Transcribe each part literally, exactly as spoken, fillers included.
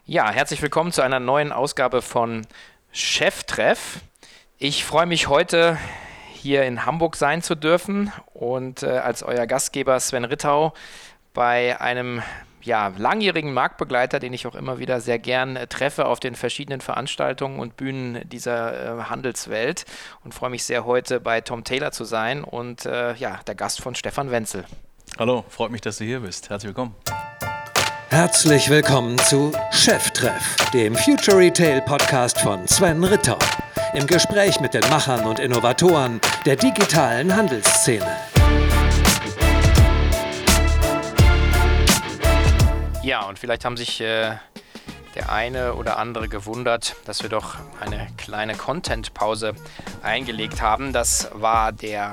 Ja, herzlich willkommen zu einer neuen Ausgabe von Cheftreff. Ich freue mich heute hier in Hamburg sein zu dürfen und äh, als euer Gastgeber Sven Rittau bei einem ja, langjährigen Marktbegleiter, den ich auch immer wieder sehr gern äh, treffe auf den verschiedenen Veranstaltungen und Bühnen dieser äh, Handelswelt und freue mich sehr, heute bei Tom Tailor zu sein und äh, ja, der Gast von Stefan Wenzel. Hallo, freut mich, dass du hier bist. Herzlich willkommen. Herzlich willkommen zu Cheftreff, dem Future Retail Podcast von Sven Rittau. Im Gespräch mit den Machern und Innovatoren der digitalen Handelsszene. Ja, und vielleicht haben sich äh, der eine oder andere gewundert, dass wir doch eine kleine Content-Pause eingelegt haben. Das war der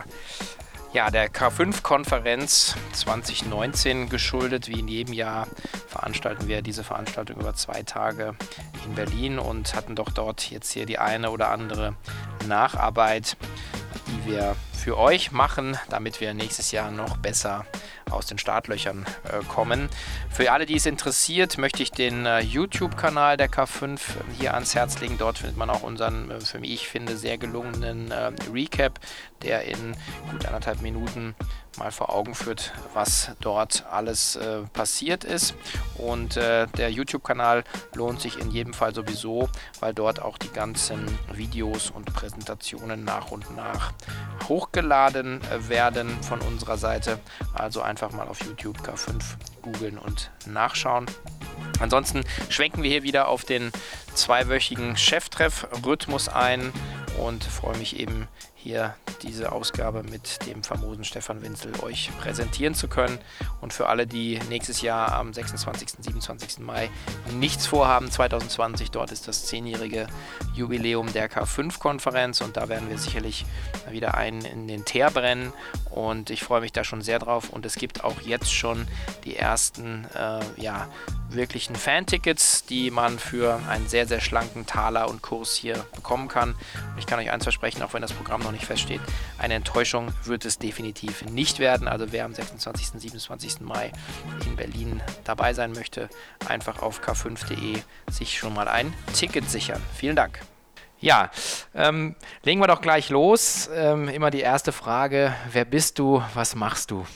Ja, der K fünf Konferenz zwanzig neunzehn geschuldet. Wie in jedem Jahr veranstalten wir diese Veranstaltung über zwei Tage in Berlin und hatten doch dort jetzt hier die eine oder andere Nacharbeit, die wir für euch machen, damit wir nächstes Jahr noch besser aus den Startlöchern äh, kommen. Für alle, die es interessiert, möchte ich den äh, YouTube-Kanal der K fünf hier ans Herz legen. Dort findet man auch unseren, äh, für mich ich finde, sehr gelungenen äh, Recap, der in gut anderthalb Minuten mal vor Augen führt, was dort alles äh, passiert ist. Und äh, der YouTube-Kanal lohnt sich in jedem Fall sowieso, weil dort auch die ganzen Videos und Präsentationen nach und nach hochgeladen äh, werden von unserer Seite. Also einfach mal auf YouTube K fünf googeln und nachschauen. Ansonsten schwenken wir hier wieder auf den zweiwöchigen Cheftreff-Rhythmus ein und freue mich eben, hier diese Ausgabe mit dem famosen Stefan Wenzel euch präsentieren zu können. Und für alle, die nächstes Jahr am sechsundzwanzigsten und siebenundzwanzigsten Mai nichts vorhaben, zwanzig zwanzig, dort ist das zehnjährige Jubiläum der K fünf Konferenz und da werden wir sicherlich wieder einen in den Teer brennen und ich freue mich da schon sehr drauf und es gibt auch jetzt schon die ersten äh, ja, wirklichen Fan-Tickets, die man für einen sehr, sehr schlanken Taler und Kurs hier bekommen kann. Und ich kann euch eins versprechen, auch wenn das Programm noch nicht feststeht, eine Enttäuschung wird es definitiv nicht werden. Also wer am sechsundzwanzigsten und siebenundzwanzigsten Mai in Berlin dabei sein möchte, einfach auf k fünf punkt de sich schon mal ein Ticket sichern. Vielen Dank. Ja, ähm, legen wir doch gleich los. Ähm, immer die erste Frage, wer bist du, was machst du?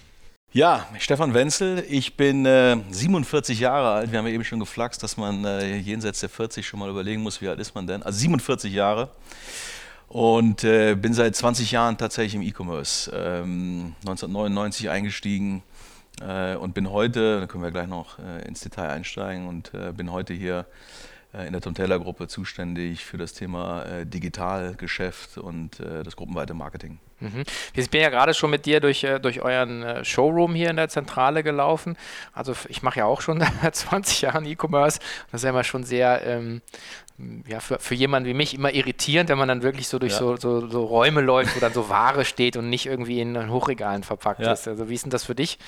Ja, Stefan Wenzel, ich bin äh, siebenundvierzig Jahre alt. Wir haben ja eben schon geflaxt, dass man äh, jenseits der vierzig schon mal überlegen muss, wie alt ist man denn? Also siebenundvierzig Jahre und äh, bin seit zwanzig Jahren tatsächlich im E-Commerce. Ähm, neunzehnhundertneunundneunzig eingestiegen äh, und bin heute, da können wir gleich noch äh, ins Detail einsteigen, und äh, bin heute hier äh, in der Tom Tailor Gruppe zuständig für das Thema äh, Digitalgeschäft und äh, das gruppenweite Marketing. Mhm. Ich bin ja gerade schon mit dir durch, durch euren Showroom hier in der Zentrale gelaufen. Also ich mache ja auch schon zwanzig Jahre E-Commerce. Das ist ja immer schon sehr, ähm, ja, für, für jemanden wie mich immer irritierend, wenn man dann wirklich so durch ja. so, so, so Räume läuft, wo dann so Ware steht und nicht irgendwie in Hochregalen verpackt ja. ist. Also wie ist denn das für dich?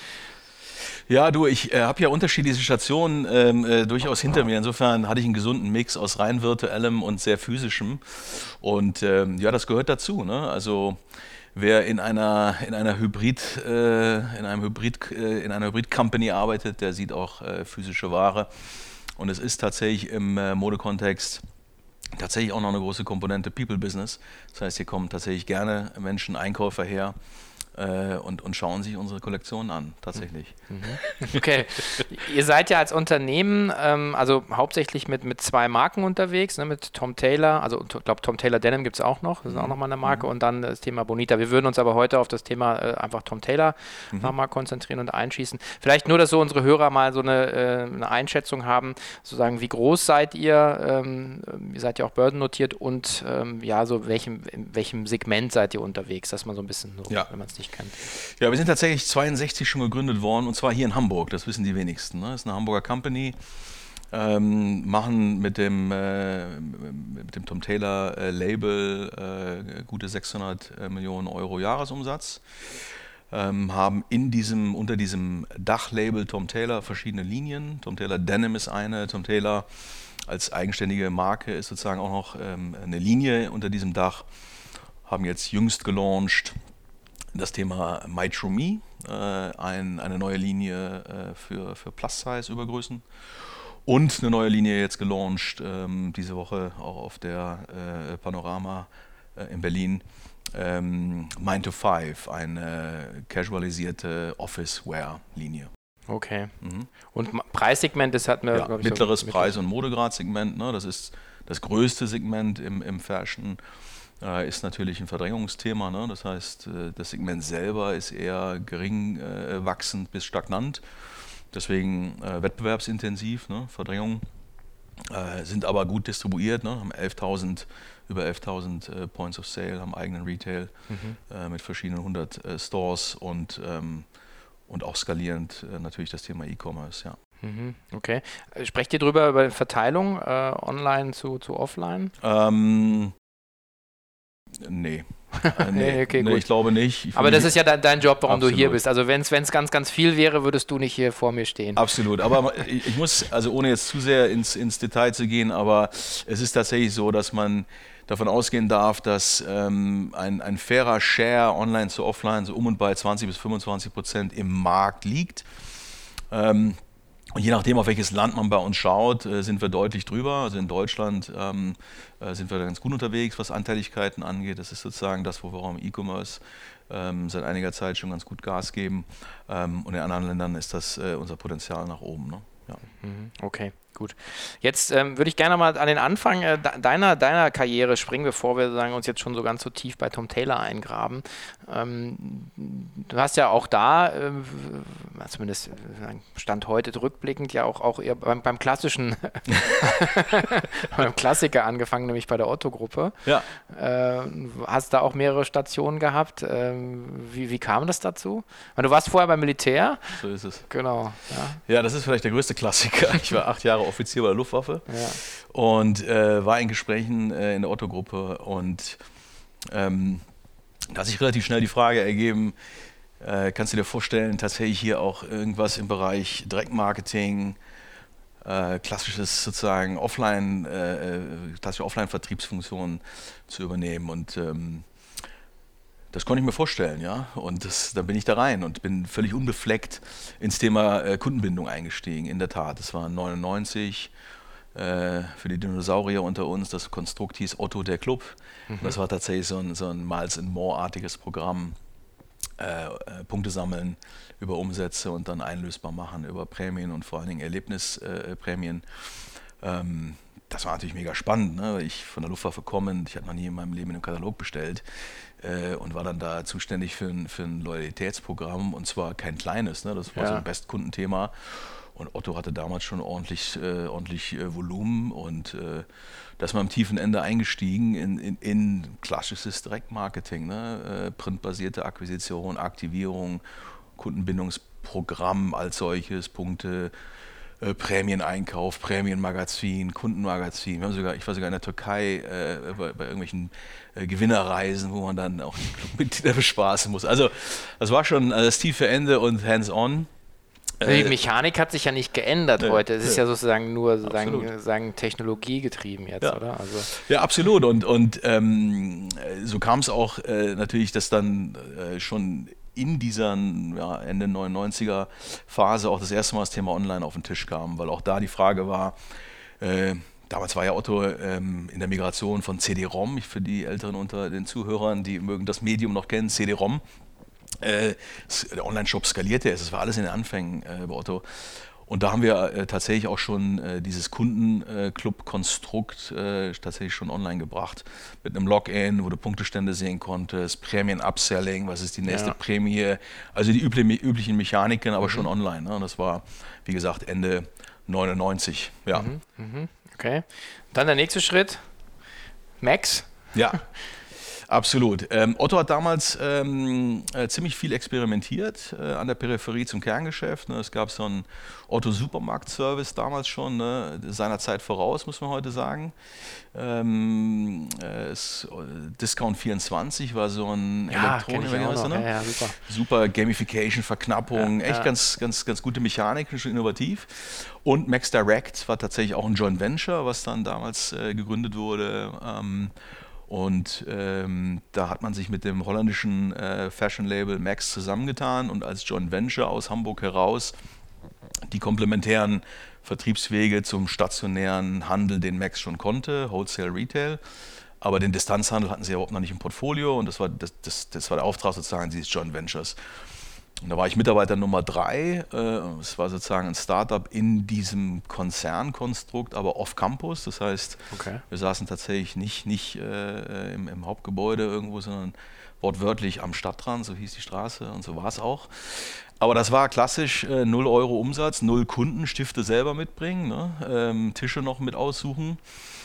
Ja, du, ich äh, habe ja unterschiedliche Stationen ähm, äh, durchaus hinter mir. Insofern hatte ich einen gesunden Mix aus rein virtuellem und sehr physischem. Und ähm, ja, das gehört dazu, ne? Also wer in einer in einer Hybrid äh, in einem Hybrid äh, in einer Hybrid-Company arbeitet, der sieht auch äh, physische Ware. Und es ist tatsächlich im äh, Modekontext tatsächlich auch noch eine große Komponente People-Business. Das heißt, hier kommen tatsächlich gerne Menschen, Einkäufer her. Und, und schauen sich unsere Kollektionen an, tatsächlich. Okay, ihr seid ja als Unternehmen, ähm, also hauptsächlich mit, mit zwei Marken unterwegs, ne, mit Tom Tailor, also ich glaube Tom Tailor Denim gibt es auch noch, das ist auch nochmal eine Marke, mhm. und dann das Thema Bonita. Wir würden uns aber heute auf das Thema äh, einfach Tom Tailor mhm. nochmal konzentrieren und einschießen. Vielleicht nur, dass so unsere Hörer mal so eine, äh, eine Einschätzung haben, sozusagen, wie groß seid ihr, ähm, ihr seid ja auch börsennotiert und ähm, ja, so welchem, in welchem Segment seid ihr unterwegs, dass man so ein bisschen, so, ja. wenn man es nicht kennt. Ja, wir sind tatsächlich zweiundsechzig schon gegründet worden, und zwar hier in Hamburg, das wissen die wenigsten. Ne? Das ist eine Hamburger Company, ähm, machen mit dem, äh, mit dem Tom Tailor äh, Label äh, gute sechshundert Millionen Euro Jahresumsatz, ähm, haben in diesem, unter diesem Dachlabel Tom Tailor verschiedene Linien. Tom Tailor Denim ist eine, Tom Tailor als eigenständige Marke ist sozusagen auch noch ähm, eine Linie unter diesem Dach, haben jetzt jüngst gelauncht das Thema My True Me, äh, ein, eine neue Linie äh, für, für Plus-Size-Übergrößen. Und eine neue Linie jetzt gelauncht, ähm, diese Woche auch auf der äh, Panorama äh, in Berlin. Ähm, Mind to Five, eine casualisierte Office-Wear-Linie. Okay. Mhm. Und Preissegment, das hat mir, ja, glaube ich, mittleres so Preis- und Modegrad-Segment, ne? Das ist das größte Segment im, im Fashion, äh, ist natürlich ein Verdrängungsthema. Ne? Das heißt, äh, das Segment selber ist eher gering äh, wachsend bis stagnant, deswegen äh, wettbewerbsintensiv, ne? Verdrängung, äh, sind aber gut distribuiert, ne? Haben elftausend, über elftausend äh, Points of Sale, haben eigenen Retail mhm. äh, mit verschiedenen hundert äh, Stores und ähm, Und auch skalierend äh, natürlich das Thema E-Commerce, ja. Okay. Sprecht ihr drüber über Verteilung äh, online zu, zu offline? Ähm, nee. Äh, nee, nee, okay, nee gut. Ich glaube nicht. Ich Aber das ist ja dein, dein Job, warum absolut. du hier bist. Also wenn es ganz, ganz viel wäre, würdest du nicht hier vor mir stehen. Absolut. Aber ich, ich muss, also ohne jetzt zu sehr ins, ins Detail zu gehen, aber es ist tatsächlich so, dass man davon ausgehen darf, dass ähm, ein, ein fairer Share online zu offline so um und bei zwanzig bis fünfundzwanzig Prozent im Markt liegt. Ähm, und je nachdem, auf welches Land man bei uns schaut, äh, sind wir deutlich drüber. Also in Deutschland ähm, äh, sind wir ganz gut unterwegs, was Anteiligkeiten angeht. Das ist sozusagen das, wo wir auch im E-Commerce ähm, seit einiger Zeit schon ganz gut Gas geben. Ähm, und in anderen Ländern ist das äh, unser Potenzial nach oben. Ne? Ja. Okay, gut. Jetzt ähm, würde ich gerne mal an den Anfang äh, deiner, deiner Karriere springen, bevor wir sagen, uns jetzt schon so ganz so tief bei Tom Tailor eingraben. Ähm, du hast ja auch da, äh, zumindest Stand heute rückblickend, ja auch, auch eher beim, beim klassischen, beim Klassiker angefangen, nämlich bei der Otto-Gruppe. Ja. Äh, hast da auch mehrere Stationen gehabt. Ähm, wie, wie kam das dazu? Weil du warst vorher beim Militär. So ist es. Genau. Ja, ja das ist vielleicht der größte Klassiker. Ich war acht Jahre Offizier bei der Luftwaffe ja. und äh, war in Gesprächen äh, in der Otto-Gruppe und ähm, da hat sich relativ schnell die Frage ergeben, äh, kannst du dir vorstellen, tatsächlich hier auch irgendwas im Bereich Direktmarketing, äh, klassisches sozusagen Offline, äh, klassische Offline-Vertriebsfunktionen zu übernehmen und ähm, das konnte ich mir vorstellen, ja. Und das, dann bin ich da rein und bin völlig unbefleckt ins Thema äh, Kundenbindung eingestiegen. In der Tat, das war neunundneunzig äh, für die Dinosaurier unter uns. Das Konstrukt hieß Otto der Club. Mhm. Und das war tatsächlich so ein, so ein Miles and More-artiges Programm. Äh, äh, Punkte sammeln über Umsätze und dann einlösbar machen über Prämien und vor allen Dingen Erlebnisprämien. Ähm, Das war natürlich mega spannend, ne? Ich von der Luftwaffe kommend, ich hatte noch nie in meinem Leben einen Katalog bestellt äh, und war dann da zuständig für ein, für ein Loyalitätsprogramm und zwar kein kleines, ne? Das war ja so ein Bestkundenthema und Otto hatte damals schon ordentlich, äh, ordentlich äh, Volumen und äh, da ist man am tiefen Ende eingestiegen in, in, in klassisches Direktmarketing, ne? Äh, printbasierte Akquisition, Aktivierung, Kundenbindungsprogramm als solches, Punkte, Äh, Prämieneinkauf, Prämienmagazin, Kundenmagazin. Wir haben sogar, ich war sogar in der Türkei äh, bei, bei irgendwelchen äh, Gewinnerreisen, wo man dann auch die Clubmitglieder bespaßen muss. Also das war schon also das tiefe Ende und hands-on. Die Mechanik hat sich ja nicht geändert äh, heute. Es ist ja sozusagen nur sozusagen, sagen, technologiegetrieben jetzt, ja. oder? Also ja, absolut. Und, und ähm, so kam es auch äh, natürlich, dass dann äh, schon in dieser ja, Ende neunundneunziger Phase auch das erste Mal das Thema Online auf den Tisch kam, weil auch da die Frage war, äh, damals war ja Otto ähm, in der Migration von C D-ROM, für die Älteren unter den Zuhörern, die mögen das Medium noch kennen, C D-ROM, äh, der Online-Shop skalierte es, das war alles in den Anfängen äh, bei Otto. Und da haben wir äh, tatsächlich auch schon äh, dieses Kundenclub-Konstrukt äh, tatsächlich schon online gebracht. Mit einem Login, wo du Punktestände sehen konntest, Prämien-Upselling, was ist die nächste ja. Prämie, also die übli- üblichen Mechaniken, aber mhm. schon online. Ne? Und das war, wie gesagt, Ende neunundneunzig. Ja. Mhm. Mhm. Okay. Dann der nächste Schritt, Max. Ja. Absolut. Ähm, Otto hat damals ähm, äh, ziemlich viel experimentiert äh, an der Peripherie zum Kerngeschäft. Ne? Es gab so einen Otto-Supermarkt-Service damals schon, ne? Seiner Zeit voraus, muss man heute sagen. Ähm, äh, es, Discount vierundzwanzig war so ein ja, Elektronik, ich auch noch. ne? ja, ja, super. super Gamification, Verknappung, ja, echt ja. ganz, ganz, ganz gute Mechanik, schon innovativ. Und Max Direct war tatsächlich auch ein Joint Venture, was dann damals äh, gegründet wurde. Ähm, Und ähm, da hat man sich mit dem holländischen äh, Fashion-Label Max zusammengetan und als Joint Venture aus Hamburg heraus die komplementären Vertriebswege zum stationären Handel, den Max schon konnte, Wholesale, Retail. Aber den Distanzhandel hatten sie ja überhaupt noch nicht im Portfolio und das war, das, das, das war der Auftrag sozusagen dieses Joint Ventures. Und da war ich Mitarbeiter Nummer drei. Es war sozusagen ein Startup in diesem Konzernkonstrukt, aber off-Campus. Das heißt, okay. wir saßen tatsächlich nicht, nicht äh, im, im Hauptgebäude irgendwo, sondern wortwörtlich am Stadtrand, so hieß die Straße und so war es auch. Aber das war klassisch, äh, null Euro Umsatz, null Kunden, Stifte selber mitbringen, ne? ähm, Tische noch mit aussuchen.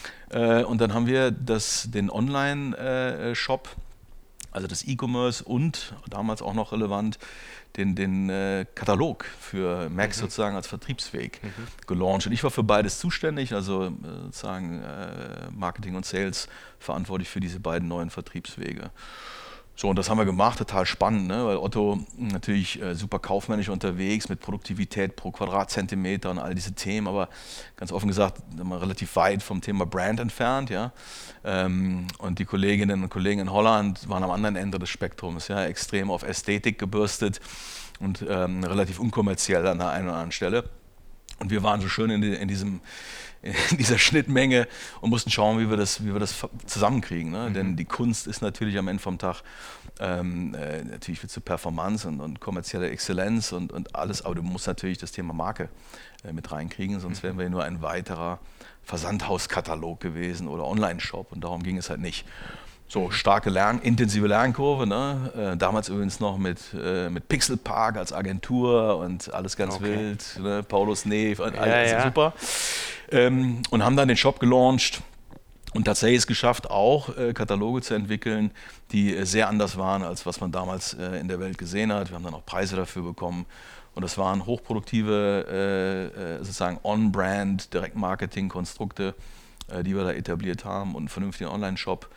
Äh, und dann haben wir das, den Online-Shop, äh, also das E-Commerce und damals auch noch relevant, den, den äh, Katalog für Max mhm. sozusagen als Vertriebsweg mhm. gelauncht. Und ich war für beides zuständig, also äh, sozusagen äh, Marketing und Sales verantwortlich für diese beiden neuen Vertriebswege. So, und das haben wir gemacht, total spannend, ne? Weil Otto natürlich äh, super kaufmännisch unterwegs mit Produktivität pro Quadratzentimeter und all diese Themen, aber ganz offen gesagt relativ weit vom Thema Brand entfernt. Ja? Ähm, und die Kolleginnen und Kollegen in Holland waren am anderen Ende des Spektrums, ja? Extrem auf Ästhetik gebürstet und ähm, relativ unkommerziell an der einen oder anderen Stelle. Und wir waren so schön in, die, in, diesem, in dieser Schnittmenge und mussten schauen, wie wir das, wie wir das zusammenkriegen. Ne? Mhm. Denn die Kunst ist natürlich am Ende vom Tag, ähm, äh, natürlich willst du Performance und, und kommerzielle Exzellenz und, und alles, aber du musst natürlich das Thema Marke äh, mit reinkriegen, sonst wären wir ja nur ein weiterer Versandhauskatalog gewesen oder Online-Shop und darum ging es halt nicht. So, starke Lern, intensive Lernkurve, ne? Äh, damals übrigens noch mit, äh, mit Pixelpark als Agentur und alles ganz okay. wild, ne? Paulus Neef, ja, alles ja. super. Ähm, und haben dann den Shop gelauncht und tatsächlich es geschafft, auch äh, Kataloge zu entwickeln, die äh, sehr anders waren, als was man damals äh, in der Welt gesehen hat. Wir haben dann auch Preise dafür bekommen und das waren hochproduktive, äh, sozusagen On-Brand, Direktmarketing-Konstrukte, äh, die wir da etabliert haben und einen vernünftigen Online-Shop.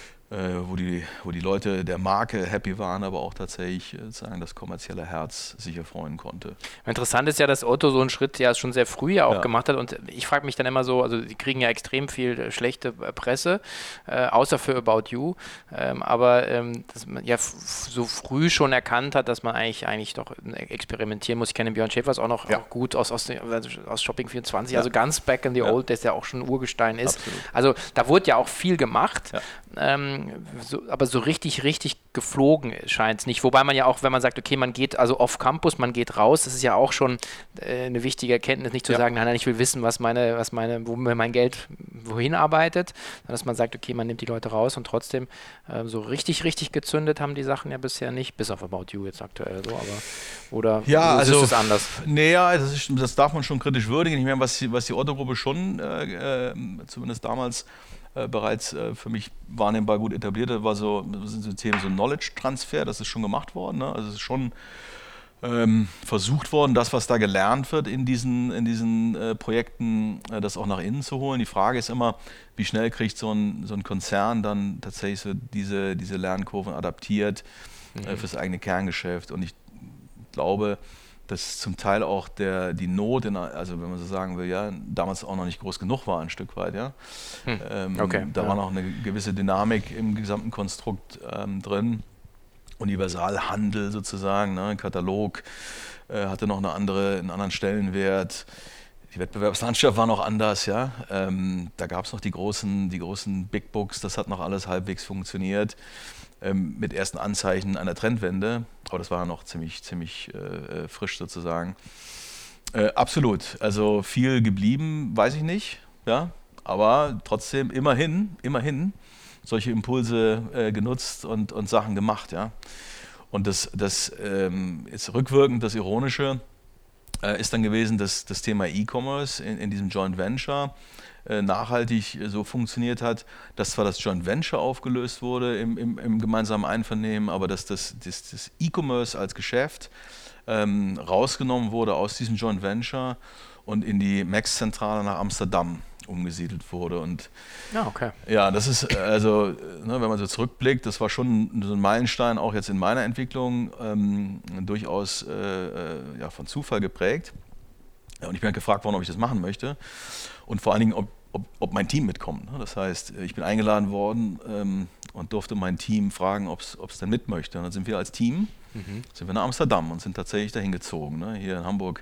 Wo die, wo die Leute der Marke happy waren, aber auch tatsächlich sagen, das kommerzielle Herz sich erfreuen konnte. Interessant ist ja, dass Otto so einen Schritt ja schon sehr früh ja auch ja. gemacht hat und ich frage mich dann immer so, also die kriegen ja extrem viel schlechte Presse, äh, außer für About You, ähm, aber ähm, dass man ja f- so früh schon erkannt hat, dass man eigentlich, eigentlich doch experimentieren muss. Ich kenne Björn Schäfer auch noch ja. auch gut aus, aus, aus Shopping vierundzwanzig, ja. also ganz back in the ja. old, der ja auch schon Urgestein ist. Absolut. Also da wurde ja auch viel gemacht. Ja. Ähm, So, aber so richtig, richtig geflogen scheint es nicht. Wobei man ja auch, wenn man sagt, okay, man geht also off Campus, man geht raus, das ist ja auch schon äh, eine wichtige Erkenntnis, nicht zu ja. sagen, nein, nein, ich will wissen, was meine, was meine, wo mein Geld wohin arbeitet, sondern dass man sagt, okay, man nimmt die Leute raus und trotzdem äh, so richtig, richtig gezündet haben die Sachen ja bisher nicht, bis auf About You jetzt aktuell so, aber oder ja, also, ist es anders? Naja, das, ist, das darf man schon kritisch würdigen. Ich meine, was, was die Otto-Gruppe schon, äh, zumindest damals, Äh, bereits äh, für mich wahrnehmbar gut etabliert hat, war so, sind so Themen so Knowledge-Transfer, das ist schon gemacht worden. Ne? Also es ist schon ähm, versucht worden, das, was da gelernt wird in diesen, in diesen äh, Projekten, äh, das auch nach innen zu holen. Die Frage ist immer, wie schnell kriegt so ein, so ein Konzern dann tatsächlich so diese, diese Lernkurven adaptiert mhm. äh, fürs eigene Kerngeschäft. Und ich glaube, dass zum Teil auch der, die Not, in, also wenn man so sagen will, ja, damals auch noch nicht groß genug war, ein Stück weit. Ja. Hm. Ähm, okay, da ja. war noch eine gewisse Dynamik im gesamten Konstrukt ähm, drin. Universalhandel sozusagen, ne, Katalog äh, hatte noch eine andere, einen anderen Stellenwert. Die Wettbewerbslandschaft war noch anders. Ja. Ähm, da gab es noch die großen, die großen Big Books, das hat noch alles halbwegs funktioniert. Ähm, mit ersten Anzeichen einer Trendwende, aber das war noch ziemlich, ziemlich äh, frisch sozusagen. Äh, absolut, also viel geblieben, weiß ich nicht, ja, aber trotzdem immerhin, immerhin solche Impulse äh, genutzt und, und Sachen gemacht, ja. Und das, das ähm, ist rückwirkend, das Ironische äh, ist dann gewesen, dass das Thema E-Commerce in, in diesem Joint Venture nachhaltig so funktioniert hat, dass zwar das Joint Venture aufgelöst wurde im, im, im gemeinsamen Einvernehmen, aber dass das, das, das E-Commerce als Geschäft ähm, rausgenommen wurde aus diesem Joint Venture und in die Max-Zentrale nach Amsterdam umgesiedelt wurde. Und ja, okay. Ja, das ist also, ne, wenn man so zurückblickt, das war schon so ein Meilenstein, auch jetzt in meiner Entwicklung, ähm, durchaus äh, ja, von Zufall geprägt. Ja, und ich bin halt gefragt worden, ob ich das machen möchte und vor allen Dingen, ob, ob, ob mein Team mitkommt. Das heißt, ich bin eingeladen worden ähm, und durfte mein Team fragen, ob es denn mit möchte. Und dann sind wir als Team, mhm. sind wir nach Amsterdam und sind tatsächlich dahin gezogen. Ne? Hier in Hamburg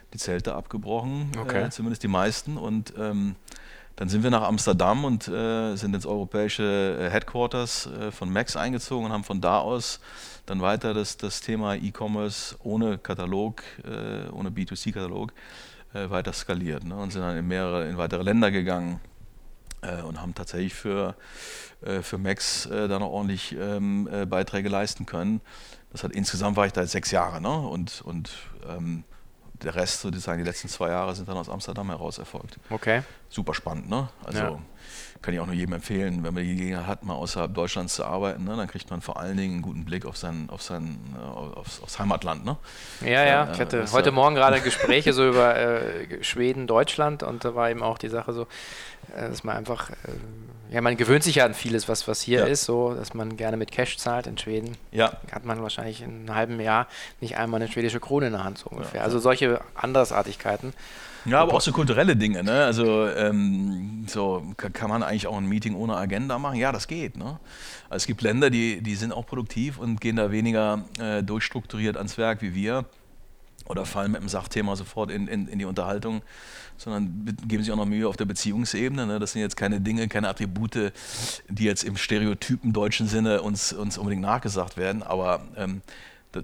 die Zelte abgebrochen, Okay. äh, zumindest die meisten. Und ähm, dann sind wir nach Amsterdam und äh, sind ins europäische äh, Headquarters äh, von Max eingezogen und haben von da aus dann weiter das, das Thema E-Commerce ohne Katalog, äh, ohne B zwei C-Katalog äh, weiter skaliert, ne? Und sind dann in mehrere, in weitere Länder gegangen äh, und haben tatsächlich für, äh, für Max äh, dann auch ordentlich ähm, äh, Beiträge leisten können. Das hat insgesamt war ich da jetzt sechs Jahre, ne? Und, und ähm, der Rest, sozusagen die letzten zwei Jahre, sind dann aus Amsterdam heraus erfolgt. Okay. Super spannend, ne? Also Ja. kann ich auch nur jedem empfehlen, wenn man die Gelegenheit hat, mal außerhalb Deutschlands zu arbeiten, ne? Dann kriegt man vor allen Dingen einen guten Blick auf sein, auf sein, äh, aufs, aufs Heimatland, ne? Ja, ja, Äh, ich hatte das, heute äh, Morgen gerade Gespräche so über äh, Schweden, Deutschland und da war eben auch die Sache so, äh, dass man einfach, äh, ja, man gewöhnt sich ja an vieles, was, was hier Ja. ist, so, dass man gerne mit Cash zahlt. In Schweden Ja, hat man wahrscheinlich in einem halben Jahr nicht einmal eine schwedische Krone in der Hand, so ungefähr. Also solche Andersartigkeiten. ja, aber auch so kulturelle Dinge, ne? Also ähm, so kann, kann man eigentlich auch ein Meeting ohne Agenda machen? Ja, das geht, ne? Also es gibt Länder, die, die sind auch produktiv und gehen da weniger äh, durchstrukturiert ans Werk wie wir oder fallen mit dem Sachthema sofort in, in, in die Unterhaltung, sondern be- geben sich auch noch Mühe auf der Beziehungsebene, ne? Das sind jetzt keine Dinge, keine Attribute, die jetzt im stereotypen deutschen Sinne uns, uns unbedingt nachgesagt werden, aber ähm, d-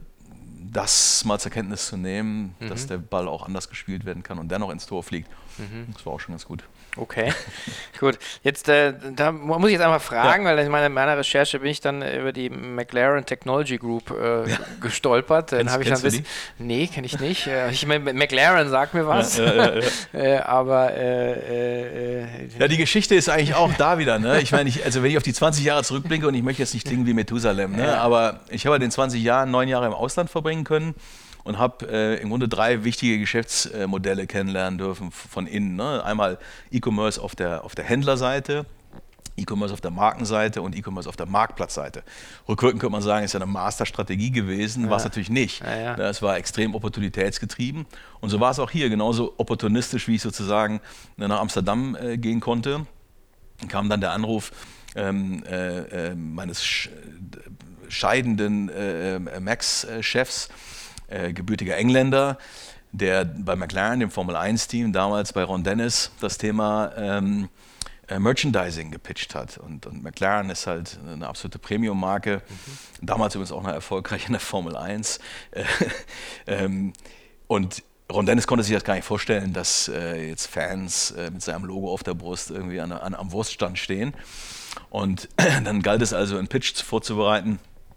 das mal zur Kenntnis zu nehmen, Mhm. dass der Ball auch anders gespielt werden kann und dennoch ins Tor fliegt, Mhm. das war auch schon ganz gut. Okay, gut. Jetzt, äh, da mu- muss ich jetzt einmal fragen, weil in meiner, meiner Recherche bin ich dann über die McLaren Technology Group äh, gestolpert. Dann Kennst- habe ich dann kennst du ein bisschen, nee, kenne ich nicht. Äh, Ich meine, McLaren sagt mir was, Ja, ja, ja, äh, aber äh, äh, Ja, die Geschichte ist eigentlich auch da wieder, ne? Ich meine, ich, also wenn ich auf die zwanzig Jahre zurückblicke und ich möchte jetzt nicht klingen wie Methusalem, ne? Ja. Aber ich habe in den zwanzig Jahren neun Jahre im Ausland verbringen können und habe äh, im Grunde drei wichtige Geschäftsmodelle kennenlernen dürfen f- von innen, ne? Einmal E-Commerce auf der, auf der Händlerseite, E-Commerce auf der Markenseite und E-Commerce auf der Marktplatzseite. Rückwirkend könnte man sagen, ist ja eine Masterstrategie gewesen, war es natürlich nicht. Ja, ja. Es war extrem opportunitätsgetrieben und so war es auch hier, genauso opportunistisch, wie ich sozusagen nach Amsterdam äh, gehen konnte. Dann kam dann der Anruf ähm, äh, äh, meines sch scheidenden äh, äh, Max-Chefs, äh, gebürtiger Engländer, der bei McLaren, dem Formel eins Team, damals bei Ron Dennis das Thema ähm, äh, Merchandising gepitcht hat. Und, und McLaren ist halt eine absolute Premium-Marke, mhm. damals übrigens auch noch erfolgreich in der Formel eins. Äh, ähm, und Ron Dennis konnte sich das gar nicht vorstellen, dass äh, jetzt Fans äh, mit seinem Logo auf der Brust irgendwie an, an, am Wurststand stehen. Und dann galt es also, einen Pitch vorzubereiten.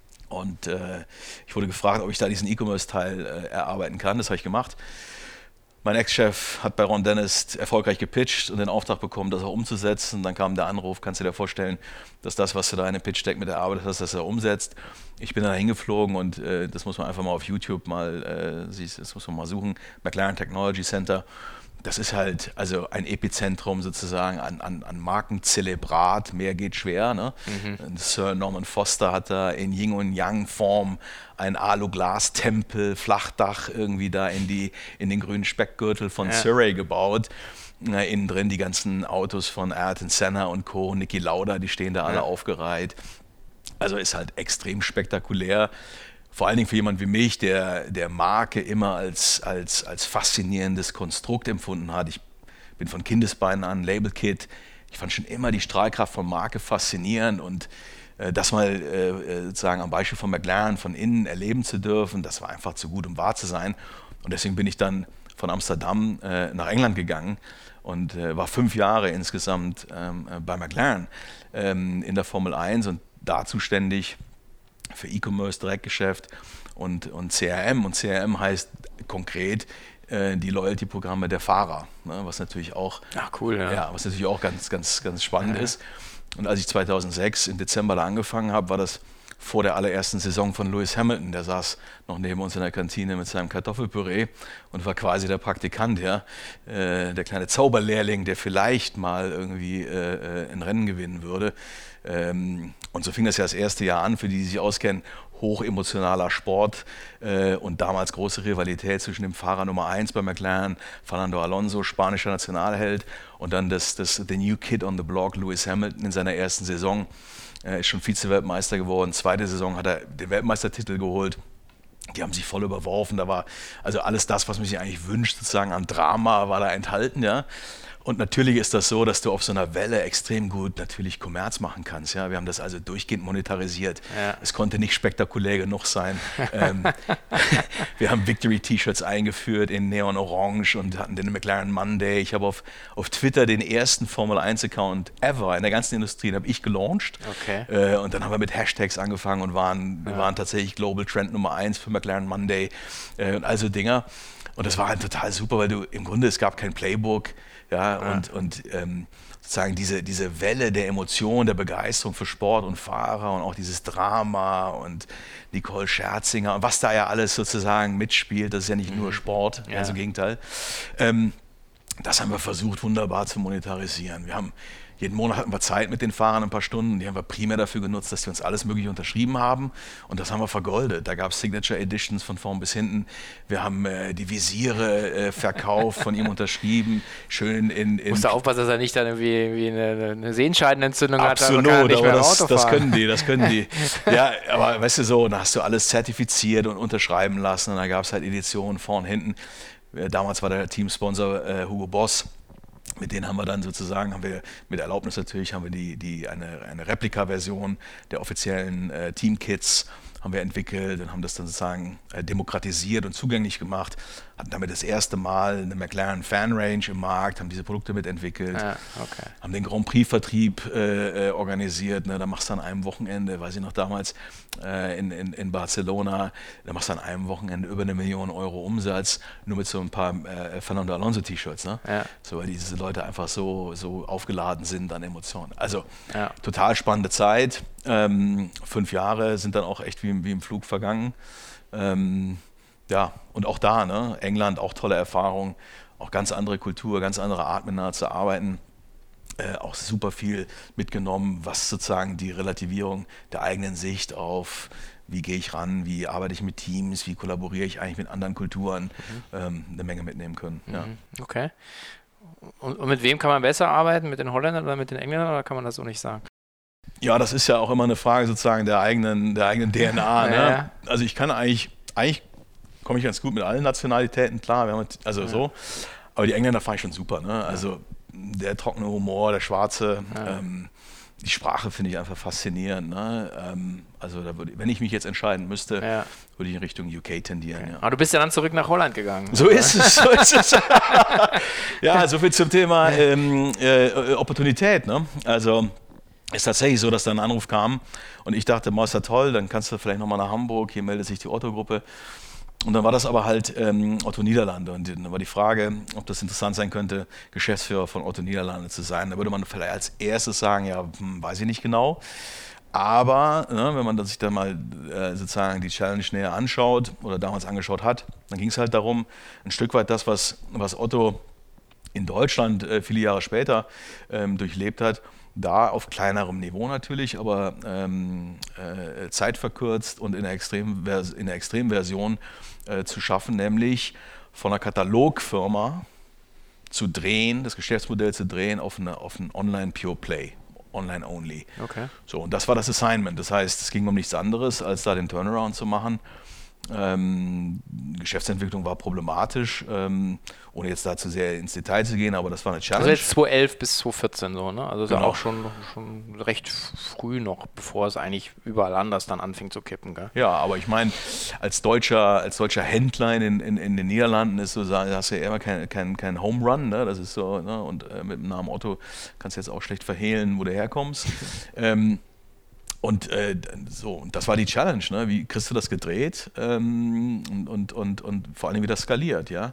Und äh, ich wurde gefragt, ob ich da diesen E-Commerce-Teil äh, erarbeiten kann. Das habe ich gemacht. Mein Ex-Chef hat bei Ron Dennis erfolgreich gepitcht und den Auftrag bekommen, das auch umzusetzen. Dann kam der Anruf, kannst du dir vorstellen, dass das, was du da in dem Pitch-Deck mit erarbeitet hast, dass er umsetzt. Ich bin da hingeflogen und äh, das muss man einfach mal auf YouTube mal, äh, das muss man mal suchen, McLaren Technology Center. Das ist halt also ein Epizentrum sozusagen an, an, an Markenzelebrat, mehr geht schwer. Ne? Mhm. Sir Norman Foster hat da in Yin und Yang Form ein Alu-Glas-Tempel, Flachdach irgendwie da in, die, in den grünen Speckgürtel von ja. Surrey gebaut. Na, innen drin die ganzen Autos von Ayrton Senna und Co., Niki Lauda, die stehen da alle ja. aufgereiht. Also ist halt extrem spektakulär. Vor allen Dingen für jemanden wie mich, der, der Marke immer als, als, als faszinierendes Konstrukt empfunden hat. Ich bin von Kindesbeinen an Label-Kid. Ich fand schon immer die Strahlkraft von Marke faszinierend und äh, das mal äh, sozusagen am Beispiel von McLaren von innen erleben zu dürfen, das war einfach zu gut, um wahr zu sein. Und deswegen bin ich dann von Amsterdam äh, nach England gegangen und äh, war fünf Jahre insgesamt ähm, bei McLaren ähm, in der Formel eins und da zuständig für E-Commerce, Direktgeschäft und, und C R M. Und C R M heißt konkret äh, die Loyalty-Programme der Fahrer, ne, was natürlich auch, Ach, cool, ja. Ja, was natürlich auch ganz, ganz, ganz spannend ja. ist. Und als ich zweitausendsechs im Dezember da angefangen habe, war das vor der allerersten Saison von Lewis Hamilton. Der saß noch neben uns in der Kantine mit seinem Kartoffelpüree und war quasi der Praktikant, ja, äh, der kleine Zauberlehrling, der vielleicht mal irgendwie äh, ein Rennen gewinnen würde. Ähm, und so fing das ja das erste Jahr an, für die, die sich auskennen, hochemotionaler Sport äh, und damals große Rivalität zwischen dem Fahrer Nummer eins bei McLaren, Fernando Alonso, spanischer Nationalheld, und dann das, das the new kid on the block, Lewis Hamilton in seiner ersten Saison. Er ist schon Vize-Weltmeister geworden. Zweite Saison hat er den Weltmeistertitel geholt. Die haben sich voll überworfen. Da war also alles das, was man sich eigentlich wünscht, sozusagen an Drama, war da enthalten, ja. Und natürlich ist das so, dass du auf so einer Welle extrem gut natürlich Kommerz machen kannst. Ja? Wir haben das also durchgehend monetarisiert. Ja. Es konnte nicht spektakulär genug sein. ähm, wir haben Victory-T-Shirts eingeführt in Neon Orange und hatten den McLaren Monday. Ich habe auf, auf Twitter den ersten Formel eins Account ever in der ganzen Industrie, den habe ich gelauncht. Okay. Äh, und dann haben wir mit Hashtags angefangen und waren, ja. wir waren tatsächlich Global Trend Nummer eins für McLaren Monday äh, und also Dinger. Und das war halt total super, weil du im Grunde, es gab kein Playbook. Ja, ja, und, und ähm, sozusagen diese, diese Welle der Emotion, der Begeisterung für Sport und Fahrer und auch dieses Drama und Nicole Scherzinger und was da ja alles sozusagen mitspielt, das ist ja nicht mhm. nur Sport, ja. ganz im Gegenteil. Ähm, das haben wir versucht, wunderbar zu monetarisieren. Wir haben jeden Monat hatten wir Zeit mit den Fahrern, ein paar Stunden, die haben wir primär dafür genutzt, dass sie uns alles Mögliche unterschrieben haben und das haben wir vergoldet. Da gab es Signature Editions von vorn bis hinten. Wir haben äh, die Visiere äh, verkauft, von ihm unterschrieben, schön in... in musst du aufpassen, dass er nicht dann irgendwie wie eine, eine Sehenscheidenentzündung Absolut, hat. Absolut, nicht aber mehr das, Auto das fahren. können die, das können die. Ja, aber weißt du so, dann hast du alles zertifiziert und unterschreiben lassen und da gab es halt Editionen vorn, hinten. Damals war der Teamsponsor äh, Hugo Boss. Mit denen haben wir dann sozusagen, haben wir mit Erlaubnis natürlich, haben wir die, die eine, eine Replika-Version der offiziellen äh, Teamkits haben wir entwickelt und haben das dann sozusagen äh, demokratisiert und zugänglich gemacht. Hatten damit das erste Mal eine McLaren Fan Range im Markt, haben diese Produkte mitentwickelt, ja, okay. haben den Grand Prix-Vertrieb äh, äh, organisiert. Ne? Da machst du an einem Wochenende, weiß ich noch damals, äh, in, in, in Barcelona, da machst du an einem Wochenende über eine Million Euro Umsatz, nur mit so ein paar äh, Fernando Alonso-T-Shirts. Ne? Ja. So, weil diese Leute einfach so, so aufgeladen sind an Emotionen. Also ja. total spannende Zeit. Ähm, fünf Jahre sind dann auch echt wie, wie im Flug vergangen. Ähm, ja, und auch da, ne? England, auch tolle Erfahrung, auch ganz andere Kultur, ganz andere Art miteinander zu arbeiten. Äh, auch super viel mitgenommen, was sozusagen die Relativierung der eigenen Sicht auf, wie gehe ich ran, wie arbeite ich mit Teams, wie kollaboriere ich eigentlich mit anderen Kulturen, mhm. ähm, eine Menge mitnehmen können. Mhm. Ja. Okay. Und, und mit wem kann man besser arbeiten? Mit den Holländern oder mit den Engländern, oder kann man das so nicht sagen? Ja, das ist ja auch immer eine Frage sozusagen der eigenen, der eigenen D N A. Ne? Ja, ja. Also ich kann eigentlich, eigentlich komme ich ganz gut mit allen Nationalitäten klar, wir haben, also ja. so, aber die Engländer fand ich schon super. Ne? Also ja. der trockene Humor, der schwarze, ja. ähm, die Sprache finde ich einfach faszinierend. Ne? Ähm, also da würde, wenn ich mich jetzt entscheiden müsste, ja. würde ich in Richtung U K tendieren. Okay. Ja. Aber du bist ja dann zurück nach Holland gegangen. So ist es, so ist es. Ja, soviel zum Thema ähm, äh, Opportunität. Ne? Also ist tatsächlich so, dass da ein Anruf kam und ich dachte, ist ja toll, dann kannst du vielleicht nochmal nach Hamburg, hier meldet sich die Otto-Gruppe. Und dann war das aber halt ähm, Otto Niederlande und dann war die Frage, ob das interessant sein könnte, Geschäftsführer von Otto Niederlande zu sein. Da würde man vielleicht als erstes sagen, ja, hm, weiß ich nicht genau. Aber ne, wenn man sich dann mal äh, sozusagen die Challenge näher anschaut oder damals angeschaut hat, dann ging es halt darum, ein Stück weit das, was, was Otto in Deutschland äh, viele Jahre später ähm, durchlebt hat, da auf kleinerem Niveau natürlich, aber ähm, äh, zeitverkürzt und in der, Extrem in der Extremversion äh, zu schaffen, nämlich von einer Katalogfirma zu drehen, das Geschäftsmodell zu drehen auf, eine, auf ein Online-Pure-Play, Online-Only. Okay. So, und das war das Assignment. Das heißt, es ging um nichts anderes, als da den Turnaround zu machen. Ähm, Geschäftsentwicklung war problematisch, ähm, ohne jetzt da zu sehr ins Detail zu gehen, aber das war eine Challenge. Also jetzt zweitausendelf bis zweitausendzweizehn so, ne? Also ist genau. ja auch schon, schon recht früh noch, bevor es eigentlich überall anders dann anfing zu kippen, gell? Ja, aber ich meine, als deutscher, als deutscher Händler in, in, in den Niederlanden ist so, hast du ja immer kein, kein, kein Home Run, ne? Das ist so, ne? Und äh, mit dem Namen Otto kannst du jetzt auch schlecht verhehlen, wo du herkommst. ähm, Und äh, so, das war die Challenge, ne? Wie kriegst du das gedreht ähm, und, und, und, und vor allem wie das skaliert, ja.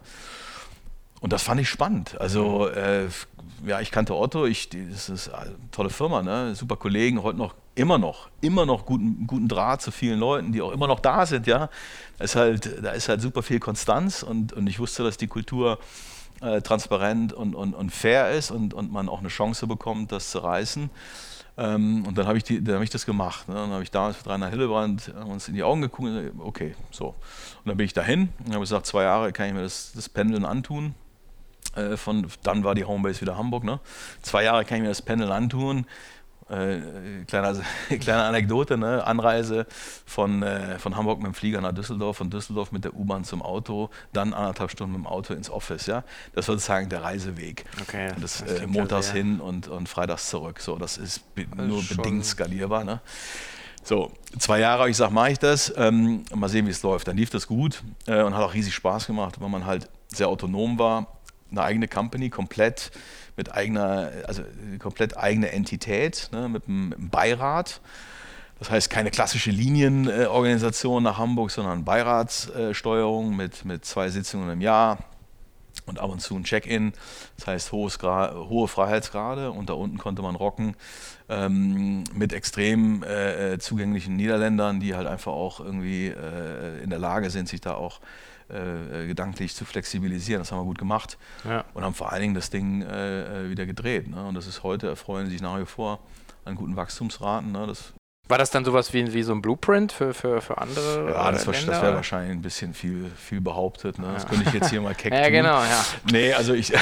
Und das fand ich spannend. Also äh, ja, ich kannte Otto, ich, die, das ist eine tolle Firma, ne? Super Kollegen, heute noch, immer noch, immer noch guten, guten Draht zu vielen Leuten, die auch immer noch da sind, ja. Da ist halt, da ist halt super viel Konstanz und, und ich wusste, dass die Kultur äh, transparent und, und, und fair ist und, und man auch eine Chance bekommt, das zu reißen. Ähm, und dann habe ich, hab ich das gemacht. Ne? Dann habe ich damals mit Rainer Hillebrand uns in die Augen geguckt und gesagt, okay, so. Und dann bin ich dahin und habe gesagt, zwei Jahre kann ich mir das, das Pendeln antun. Äh, von, dann war die Homebase wieder Hamburg. Ne? Zwei Jahre kann ich mir das Pendeln antun. Äh, kleine, also, kleine Anekdote, ne? Anreise von, äh, von Hamburg mit dem Flieger nach Düsseldorf, von Düsseldorf mit der U-Bahn zum Auto, dann anderthalb Stunden mit dem Auto ins Office. Ja? Das war sozusagen der Reiseweg. Okay, das, das äh, montags ja hin und, und freitags zurück. So, das ist be- das nur ist bedingt skalierbar. Ne? So, zwei Jahre, ich sag, mache ich das. Ähm, mal sehen, wie es läuft. Dann lief das gut äh, und hat auch riesig Spaß gemacht, weil man halt sehr autonom war. Eine eigene Company, komplett mit eigener, also komplett eigene Entität, ne, mit, einem, mit einem Beirat. Das heißt, keine klassische Linienorganisation nach Hamburg, sondern Beiratssteuerung mit, mit zwei Sitzungen im Jahr und ab und zu ein Check-in. Das heißt, hohes Gra- hohe Freiheitsgrade und da unten konnte man rocken ähm, mit extrem äh, zugänglichen Niederländern, die halt einfach auch irgendwie äh, in der Lage sind, sich da auch Äh, gedanklich zu flexibilisieren. Das haben wir gut gemacht ja. und haben vor allen Dingen das Ding äh, wieder gedreht. Ne? Und das ist heute, erfreuen sich nach wie vor an guten Wachstumsraten. Ne? Das War das dann sowas wie, wie so ein Blueprint für, für, für andere Ja, das, Länder? das wäre wahrscheinlich ein bisschen viel, viel behauptet. Ne? Das ja. könnte ich jetzt hier mal keck Ja, tun. genau, ja. Nee, also ich...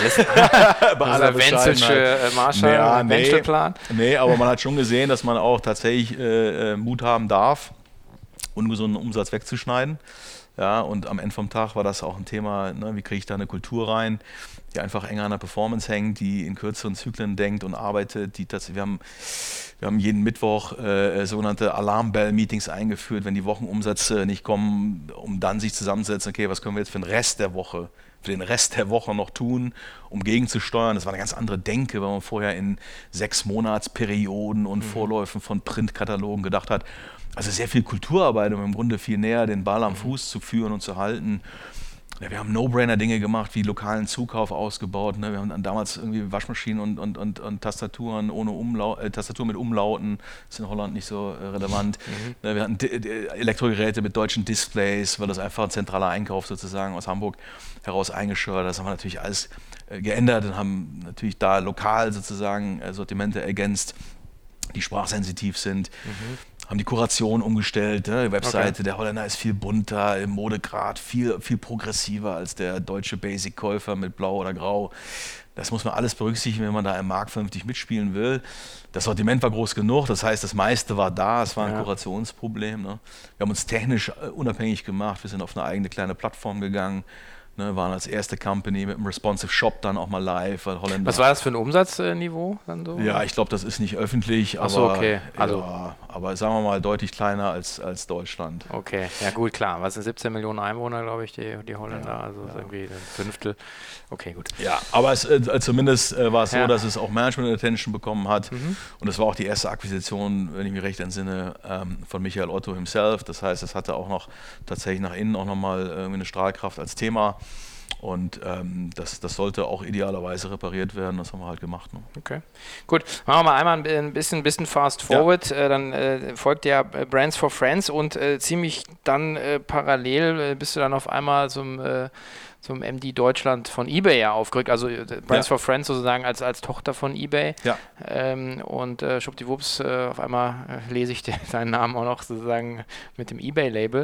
bei aller Wenzelsche Marshall, ja, nee, Wenzl-Plan. Nee, aber man hat schon gesehen, dass man auch tatsächlich äh, Mut haben darf, ungesunden Umsatz wegzuschneiden. Ja, und am Ende vom Tag war das auch ein Thema, ne, wie kriege ich da eine Kultur rein, die einfach enger an der Performance hängt, die in kürzeren Zyklen denkt und arbeitet. Die tatsächlich, wir, haben, wir haben jeden Mittwoch äh, sogenannte Alarm-Bell-Meetings eingeführt, wenn die Wochenumsätze nicht kommen, um dann sich zusammenzusetzen, okay, was können wir jetzt für den Rest der Woche, für den Rest der Woche noch tun, um gegenzusteuern. Das war eine ganz andere Denke, weil man vorher in sechs Monatsperioden und mhm. Vorläufen von Printkatalogen gedacht hat. Also sehr viel Kulturarbeit, um im Grunde viel näher den Ball am Fuß zu führen und zu halten. Ja, wir haben No-Brainer-Dinge gemacht, wie lokalen Zukauf ausgebaut. Ne? Wir haben dann damals irgendwie Waschmaschinen und, und, und, und Tastaturen ohne Umlau- äh, Tastatur mit Umlauten. Das ist in Holland nicht so äh, relevant. Mhm. Ne, wir hatten D- D- Elektrogeräte mit deutschen Displays, weil das einfach ein zentraler Einkauf sozusagen aus Hamburg heraus eingescheuert. Das haben wir natürlich alles äh, geändert und haben natürlich da lokal sozusagen äh, Sortimente ergänzt, die sprachsensitiv sind. Mhm. Haben die Kuration umgestellt, ne? Die Webseite, okay. Der Holländer ist viel bunter, im Modegrad viel, viel progressiver als der deutsche Basic-Käufer mit Blau oder Grau. Das muss man alles berücksichtigen, wenn man da im Markt vernünftig mitspielen will. Das Sortiment war groß genug, das heißt, das meiste war da, es war ein ja. Kurationsproblem. Ne? Wir haben uns technisch unabhängig gemacht, wir sind auf eine eigene kleine Plattform gegangen. Ne, waren als erste Company mit einem Responsive Shop dann auch mal live. Weil Holländer Was war das für ein Umsatzniveau dann so? Ja, ich glaube, das ist nicht öffentlich, Ach so, aber, okay. also, ja, aber sagen wir mal deutlich kleiner als, als Deutschland. Okay, ja gut, klar. Was sind siebzehn Millionen Einwohner, glaube ich, die, die Holländer, ja, also ja. irgendwie ein Fünftel. Okay, gut. Ja, aber es, äh, zumindest äh, war es ja. so, dass es auch Management-Attention bekommen hat. Mhm. Und es war auch die erste Akquisition, wenn ich mich recht entsinne, ähm, von Michael Otto himself. Das heißt, es hatte auch noch tatsächlich nach innen auch nochmal irgendwie eine Strahlkraft als Thema. Und ähm, das, das sollte auch idealerweise repariert werden, das haben wir halt gemacht. Ne? Okay, gut. Machen wir mal einmal ein bisschen, bisschen fast forward. Ja. Äh, dann äh, folgt ja Brands for Friends und äh, ziemlich dann äh, parallel äh, bist du dann auf einmal zum, äh, zum M D Deutschland von eBay ja aufgerückt. Also äh, Brands ja. for Friends sozusagen als, als Tochter von eBay. Ja. Ähm, und äh, schwuppdiwupps, äh, auf einmal äh, lese ich deinen Namen auch noch sozusagen mit dem eBay-Label.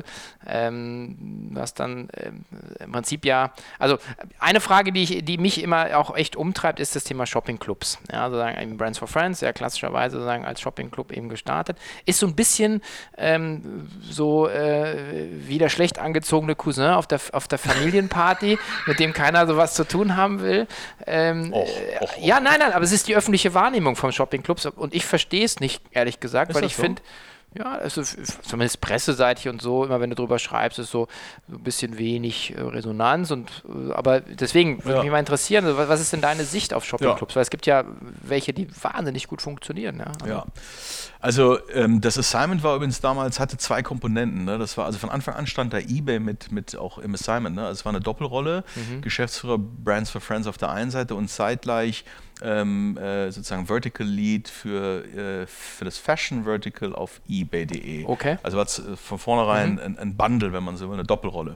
Ähm, was dann äh, im Prinzip ja, also eine Frage, die, ich, die mich immer auch echt umtreibt, ist das Thema Shopping-Clubs. Ja, sozusagen Brands for Friends, ja klassischerweise sozusagen als Shopping-Club eben gestartet. Ist so ein bisschen ähm, so äh, wie der schlecht angezogene Cousin auf der, auf der Familienparty, mit dem keiner sowas zu tun haben will. Ähm, och, och, och. Ja, nein, nein, aber es ist die öffentliche Wahrnehmung von Shopping-Clubs und ich verstehe es nicht, ehrlich gesagt, ist weil ich so? finde, ja, also zumindest presseseitig und so, immer wenn du drüber schreibst, ist so, so ein bisschen wenig äh, Resonanz. Und, äh, aber deswegen würde ja. mich mal interessieren, also, was ist denn deine Sicht auf Shopping-Clubs? Ja. Weil es gibt ja welche, die wahnsinnig gut funktionieren. Ja, also, ja. also ähm, das Assignment war übrigens damals, hatte zwei Komponenten. Ne? Das war, also von Anfang an stand da eBay mit, mit auch im Assignment. Ne? Also es war eine Doppelrolle, mhm. Geschäftsführer Brands for Friends auf der einen Seite und zeitgleich Ähm, äh, sozusagen Vertical Lead für, äh, für das Fashion Vertical auf eBay punkt de. Okay. Also war es von vornherein mhm. ein, ein Bundle, wenn man so will, eine Doppelrolle.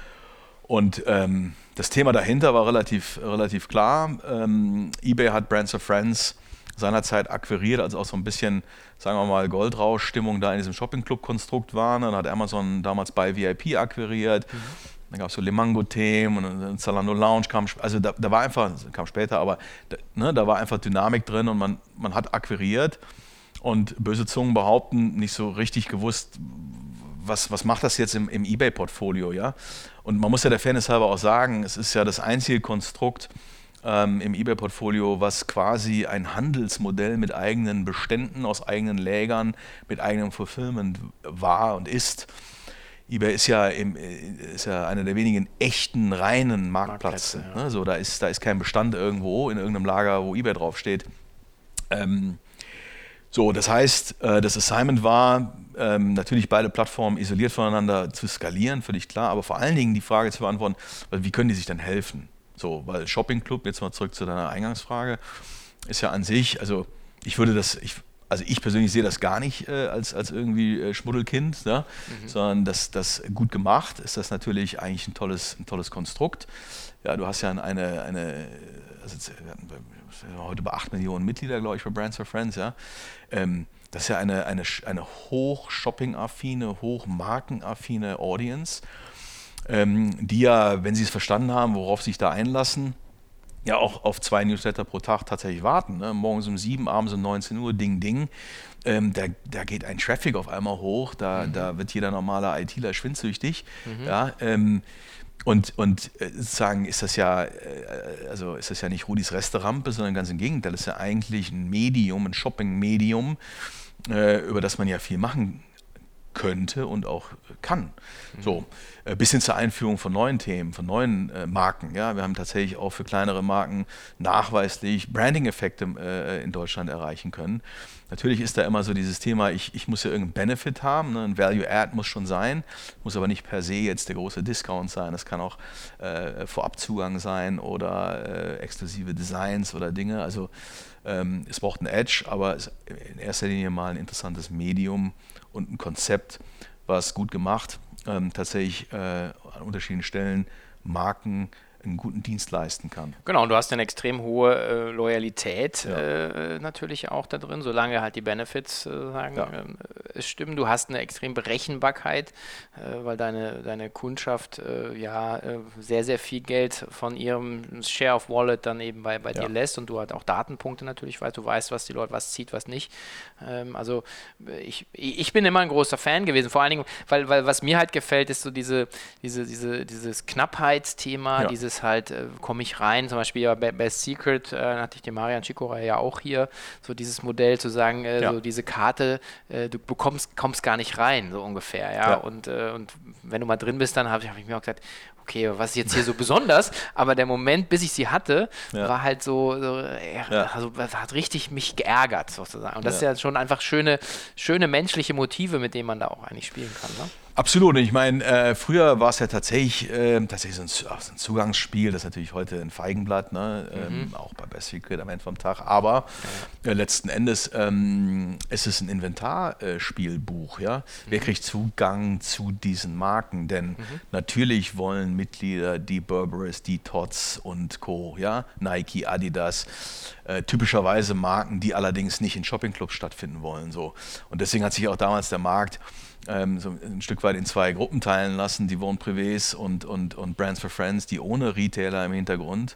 Und ähm, das Thema dahinter war relativ, relativ klar. Ähm, eBay hat Brands for Friends seinerzeit akquiriert, also auch so ein bisschen, sagen wir mal, Goldrausch-Stimmung da in diesem Shopping-Club-Konstrukt war. Dann hat Amazon damals bei V I P akquiriert. Mhm. Dann gab es so Limango-Themen und Zalando Lounge kam, also da, da war einfach, kam später, aber da, ne, da war einfach Dynamik drin und man, man hat akquiriert und böse Zungen behaupten, nicht so richtig gewusst, was, was macht das jetzt im, im eBay-Portfolio, ja? Und man muss ja der Fairness halber auch sagen, es ist ja das einzige Konstrukt ähm, im eBay-Portfolio, was quasi ein Handelsmodell mit eigenen Beständen aus eigenen Lägern, mit eigenem Fulfillment war und ist. eBay ist ja, im, ist ja einer der wenigen echten, reinen Marktplätze. Marktplätze, ja. Ne? So, da, ist, da ist kein Bestand irgendwo in irgendeinem Lager, wo eBay draufsteht. Ähm, so, das heißt, äh, das Assignment war, ähm, natürlich beide Plattformen isoliert voneinander zu skalieren, völlig klar, aber vor allen Dingen die Frage zu beantworten, wie können die sich denn helfen? So, weil Shopping Club, jetzt mal zurück zu deiner Eingangsfrage, ist ja an sich, also ich würde das, ich, also ich persönlich sehe das gar nicht äh, als, als irgendwie äh, Schmuddelkind, ne? Mhm. sondern das, das gut gemacht ist das natürlich eigentlich ein tolles, ein tolles Konstrukt. Ja, du hast ja eine, eine also wir hatten heute über acht Millionen Mitglieder, glaube ich, bei Brands for Friends, ja. Ähm, das ist ja eine, eine, eine hoch-Shopping-affine, hoch-Marken-affine Audience, ähm, die ja, wenn sie es verstanden haben, worauf sie sich da einlassen, ja auch auf zwei Newsletter pro Tag tatsächlich warten. Ne? Morgens um sieben, abends um neunzehn Uhr, ding, ding. Ähm, da, da geht ein Traffic auf einmal hoch, da, mhm. da wird jeder normale ITler schwindsüchtig. Mhm. Ja, ähm, und, und äh, sozusagen ist das ja, äh, also ist das ja nicht Rudis Resterampe, sondern ganz im Gegenteil, das ist ja eigentlich ein Medium, ein Shopping-Medium, äh, über das man ja viel machen könnte und auch kann. Mhm. So, äh, bis hin zur Einführung von neuen Themen, von neuen äh, Marken. Ja? Wir haben tatsächlich auch für kleinere Marken nachweislich Branding-Effekte äh, in Deutschland erreichen können. Natürlich ist da immer so dieses Thema, ich, ich muss ja irgendeinen Benefit haben, ne? Ein Value-Add muss schon sein, muss aber nicht per se jetzt der große Discount sein. Das kann auch äh, Vorabzugang sein oder äh, exklusive Designs oder Dinge. Also ähm, es braucht einen Edge, aber es ist in erster Linie mal ein interessantes Medium und ein Konzept, was gut gemacht, ähm, tatsächlich äh, an unterschiedlichen Stellen Marken einen guten Dienst leisten kann. Genau, und du hast eine extrem hohe äh, Loyalität Ja. äh, natürlich auch da drin, solange halt die Benefits äh, sagen, Ja. äh, stimmen. Du hast eine extrem Berechenbarkeit, äh, weil deine, deine Kundschaft äh, ja äh, sehr, sehr viel Geld von ihrem Share of Wallet dann eben bei, bei Ja. dir lässt und du halt auch Datenpunkte natürlich weißt, du weißt, was die Leute, was zieht, was nicht. Ähm, also ich, ich bin immer ein großer Fan gewesen, vor allen Dingen, weil, weil was mir halt gefällt, ist so diese, diese, diese, dieses Knappheitsthema, Ja. dieses halt, äh, komme ich rein, zum Beispiel ja, bei Best Secret, äh, hatte ich den Marian Chicoré ja auch hier, so dieses Modell zu sagen, äh, Ja. so diese Karte, äh, du bekommst, kommst gar nicht rein, so ungefähr, ja, Ja. und, äh, und wenn du mal drin bist, dann habe ich, hab ich mir auch gesagt, okay, was ist jetzt hier so besonders, aber der Moment, bis ich sie hatte, Ja. war halt so, so äh, Ja. also das hat richtig mich geärgert, sozusagen, und das Ja. ist ja schon einfach schöne, schöne menschliche Motive, mit denen man da auch eigentlich spielen kann, ne? Absolut. Und ich meine, äh, früher war es ja tatsächlich, äh, tatsächlich so ein, so ein Zugangsspiel, das ist natürlich heute ein Feigenblatt, ne? ähm, Mhm. auch bei Best Secret am Ende vom Tag. Aber äh, letzten Endes ähm, ist es ein Inventarspielbuch. Ja? Mhm. Wer kriegt Zugang zu diesen Marken? Denn mhm. natürlich wollen Mitglieder die Burberrys, die Tots und Co., ja? Nike, Adidas, äh, typischerweise Marken, die allerdings nicht in Shoppingclubs stattfinden wollen. So. Und deswegen hat sich auch damals der Markt Ähm, so ein Stück weit in zwei Gruppen teilen lassen, die Von Privés und, und, und Brands for Friends, die ohne Retailer im Hintergrund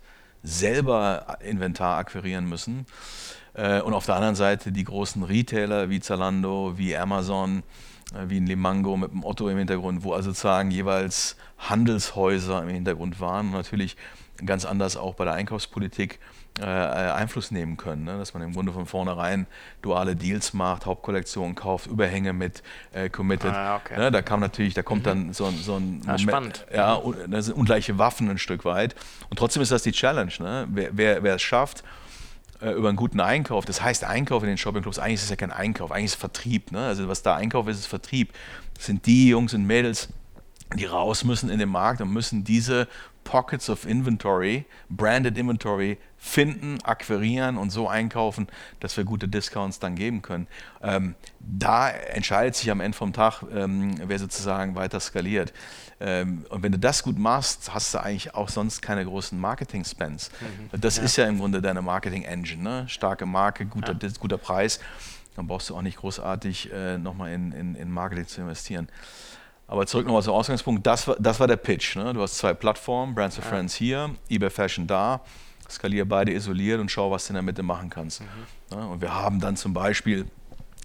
selber Inventar akquirieren müssen. Äh, und auf der anderen Seite die großen Retailer wie Zalando, wie Amazon, äh, wie ein Limango mit dem Otto im Hintergrund, wo also sozusagen jeweils Handelshäuser im Hintergrund waren und natürlich ganz anders auch bei der Einkaufspolitik äh, Einfluss nehmen können, ne? Dass man im Grunde von vornherein duale Deals macht, Hauptkollektionen kauft, Überhänge mit äh, Committed. Ah, okay. Ne? Da kam natürlich, da kommt mhm. dann so, so ein ah, Moment, spannend. ja, das sind ungleiche Waffen ein Stück weit. Und trotzdem ist das die Challenge, ne? Wer, wer, wer es schafft, äh, über einen guten Einkauf, das heißt Einkauf in den Shoppingclubs, eigentlich ist es ja kein Einkauf, eigentlich ist es Vertrieb, ne? Also was da Einkauf ist, ist Vertrieb. Das sind die Jungs und Mädels, die raus müssen in den Markt und müssen diese Pockets of Inventory, Branded Inventory finden, akquirieren und so einkaufen, dass wir gute Discounts dann geben können. Ähm, da entscheidet sich am Ende vom Tag, ähm, wer sozusagen weiter skaliert. Ähm, und wenn du das gut machst, hast du eigentlich auch sonst keine großen Marketing-Spends. Mhm. Das ja. ist ja im Grunde deine Marketing-Engine, ne? Starke Marke, guter, ja. guter Preis. Dann brauchst du auch nicht großartig äh, nochmal in, in, in Marketing zu investieren. Aber zurück nochmal zum Ausgangspunkt, das war, das war der Pitch. Ne? Du hast zwei Plattformen, Brands for ja. Friends hier, eBay Fashion da, skaliere beide isoliert und schau, was du in der Mitte machen kannst. Mhm. Ja, und wir haben dann zum Beispiel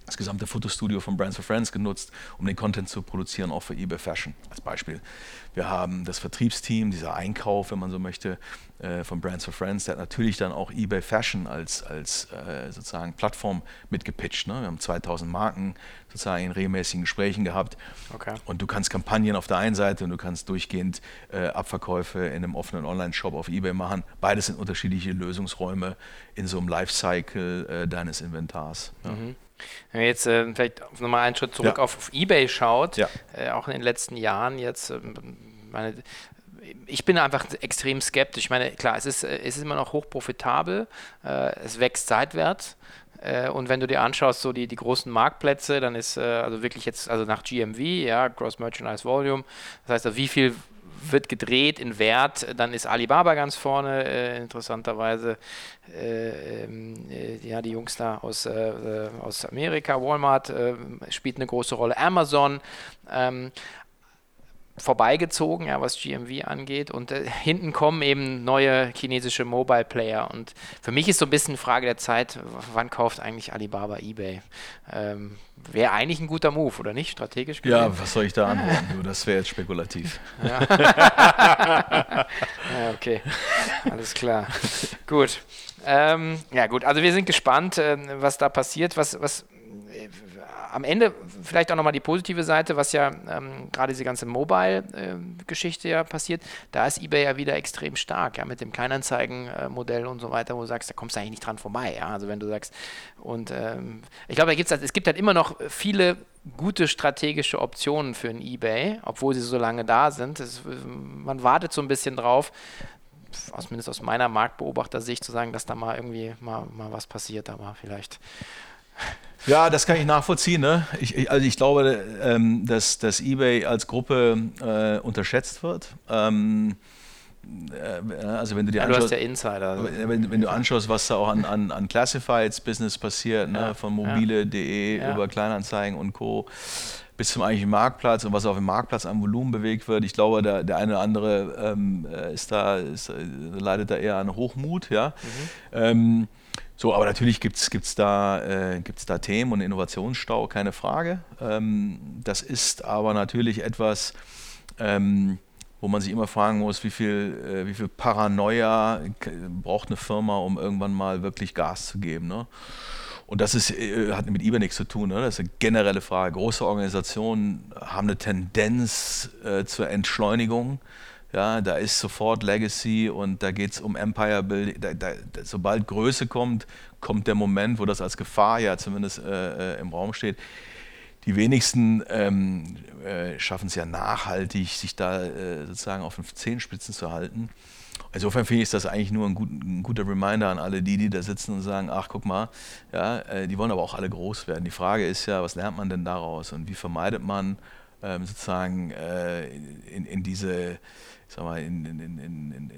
das gesamte Fotostudio von Brands for Friends genutzt, um den Content zu produzieren, auch für eBay Fashion als Beispiel. Wir haben das Vertriebsteam, dieser Einkauf, wenn man so möchte, äh, von Brands for Friends, der hat natürlich dann auch eBay Fashion als, als äh, sozusagen Plattform mitgepitcht. Ne? Wir haben zweitausend Marken sozusagen in regelmäßigen Gesprächen gehabt. Okay. Und du kannst Kampagnen auf der einen Seite und du kannst durchgehend äh, Abverkäufe in einem offenen Online-Shop auf eBay machen. Beides sind unterschiedliche Lösungsräume in so einem Lifecycle äh, deines Inventars. Ja. Mhm. Wenn man jetzt äh, vielleicht nochmal einen Schritt zurück ja. auf, auf eBay schaut, ja. äh, auch in den letzten Jahren jetzt, äh, meine, ich bin einfach extrem skeptisch. Ich meine, klar, es ist, es ist immer noch hochprofitabel, äh, es wächst seitwärts. Äh, und wenn du dir anschaust, so die, die großen Marktplätze, dann ist äh, also wirklich jetzt, also nach G M V, ja, Gross Merchandise Volume, das heißt, also wie viel wird gedreht in Wert, dann ist Alibaba ganz vorne, äh, interessanterweise, äh, äh, ja, die Jungs da aus, äh, aus Amerika, Walmart äh, spielt eine große Rolle, Amazon, ähm, vorbeigezogen, ja, was G M V angeht, und äh, hinten kommen eben neue chinesische Mobile Player, und für mich ist so ein bisschen eine Frage der Zeit, wann kauft eigentlich Alibaba eBay? Ähm, wäre eigentlich ein guter Move, oder nicht? Strategisch gesehen? Ja, was soll ich da antworten? Du, das wäre jetzt spekulativ. Ja. Ja, okay, alles klar. Gut. Ähm, ja gut, also wir sind gespannt, äh, was da passiert, was, was äh, am Ende vielleicht auch nochmal die positive Seite, was ja ähm, gerade diese ganze Mobile-Geschichte äh, ja passiert, da ist eBay ja wieder extrem stark, ja, mit dem Kleinanzeigen-Modell und so weiter, wo du sagst, da kommst du eigentlich nicht dran vorbei, ja, also wenn du sagst, und ähm, ich glaube, da gibt's halt, es gibt halt immer noch viele gute strategische Optionen für ein eBay, obwohl sie so lange da sind. Das, man wartet so ein bisschen drauf, aus, zumindest aus meiner Marktbeobachtersicht, zu sagen, dass da mal irgendwie mal, mal was passiert, aber vielleicht... Ja, das kann ich nachvollziehen. Ne? Ich, ich, also ich glaube, ähm, dass, dass eBay als Gruppe äh, unterschätzt wird. Ähm, äh, also wenn du dir ja, anschaust, du hast ja Insider. Wenn, wenn du anschaust, was da auch an, an, an Classifieds-Business passiert, ne? Ja, von mobile punkt de ja. über Kleinanzeigen und Co. bis zum eigentlichen Marktplatz und was auf dem Marktplatz an Volumen bewegt wird. Ich glaube, der, der eine oder andere ähm, ist da, ist, leidet da eher an Hochmut. Ja. Mhm. Ähm, So, aber natürlich gibt es da, äh, gibt's da Themen und Innovationsstau, keine Frage. Ähm, das ist aber natürlich etwas, ähm, wo man sich immer fragen muss, wie viel, äh, wie viel Paranoia braucht eine Firma, um irgendwann mal wirklich Gas zu geben. Ne? Und das ist, äh, hat mit eBay nichts zu tun. Ne? Das ist eine generelle Frage. Große Organisationen haben eine Tendenz äh, zur Entschleunigung. Ja, da ist sofort Legacy und da geht es um Empire Building. Da, da, da, sobald Größe kommt, kommt der Moment, wo das als Gefahr ja zumindest äh, äh, im Raum steht. Die wenigsten ähm, äh, schaffen es ja nachhaltig, sich da äh, sozusagen auf den Zehenspitzen zu halten. Insofern finde ich das eigentlich nur ein, gut, ein guter Reminder an alle die, die da sitzen und sagen, ach guck mal, ja, äh, die wollen aber auch alle groß werden. Die Frage ist ja, was lernt man denn daraus und wie vermeidet man ähm, sozusagen äh, in, in diese Sag mal, in, in, in, in,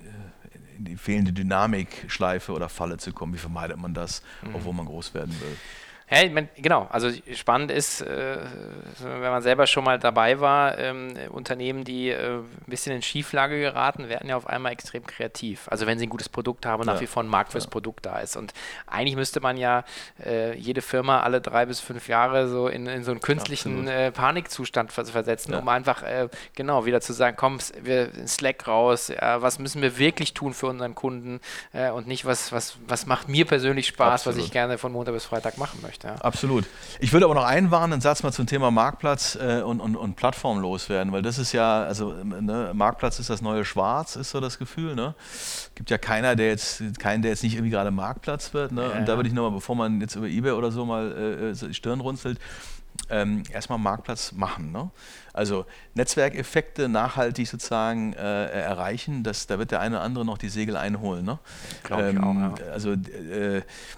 in die fehlende Dynamikschleife oder Falle zu kommen. Wie vermeidet man das, mhm. obwohl man groß werden will? Ja, ich mein, genau, also spannend ist, äh, wenn man selber schon mal dabei war, ähm, Unternehmen, die äh, ein bisschen in Schieflage geraten, werden ja auf einmal extrem kreativ. Also wenn sie ein gutes Produkt haben und ja. nach wie vor ein Markt fürs ja. Produkt da ist. Und eigentlich müsste man ja äh, jede Firma alle drei bis fünf Jahre so in, in so einen künstlichen äh, Panikzustand versetzen, ja. um einfach äh, genau wieder zu sagen, komm, wir Slack raus, ja, was müssen wir wirklich tun für unseren Kunden äh, und nicht, was, was, was macht mir persönlich Spaß, Absolut. was ich gerne von Montag bis Freitag machen möchte. Ja. Absolut. Ich würde aber noch einen warnenden Satz mal zum Thema Marktplatz äh, und, und, und Plattform loswerden, weil das ist ja, also ne, Marktplatz ist das neue Schwarz, ist so das Gefühl. Ne? Gibt ja keiner, der jetzt, keinen, der jetzt nicht irgendwie gerade Marktplatz wird. Ne? Ja, und da würde ich nochmal, bevor man jetzt über eBay oder so mal äh, die Stirn runzelt, ähm, erstmal Marktplatz machen. Ne? Also Netzwerkeffekte nachhaltig sozusagen äh, erreichen, das, da wird der eine oder andere noch die Segel einholen. Ne? Glaube ich ähm, auch, ja. Also äh,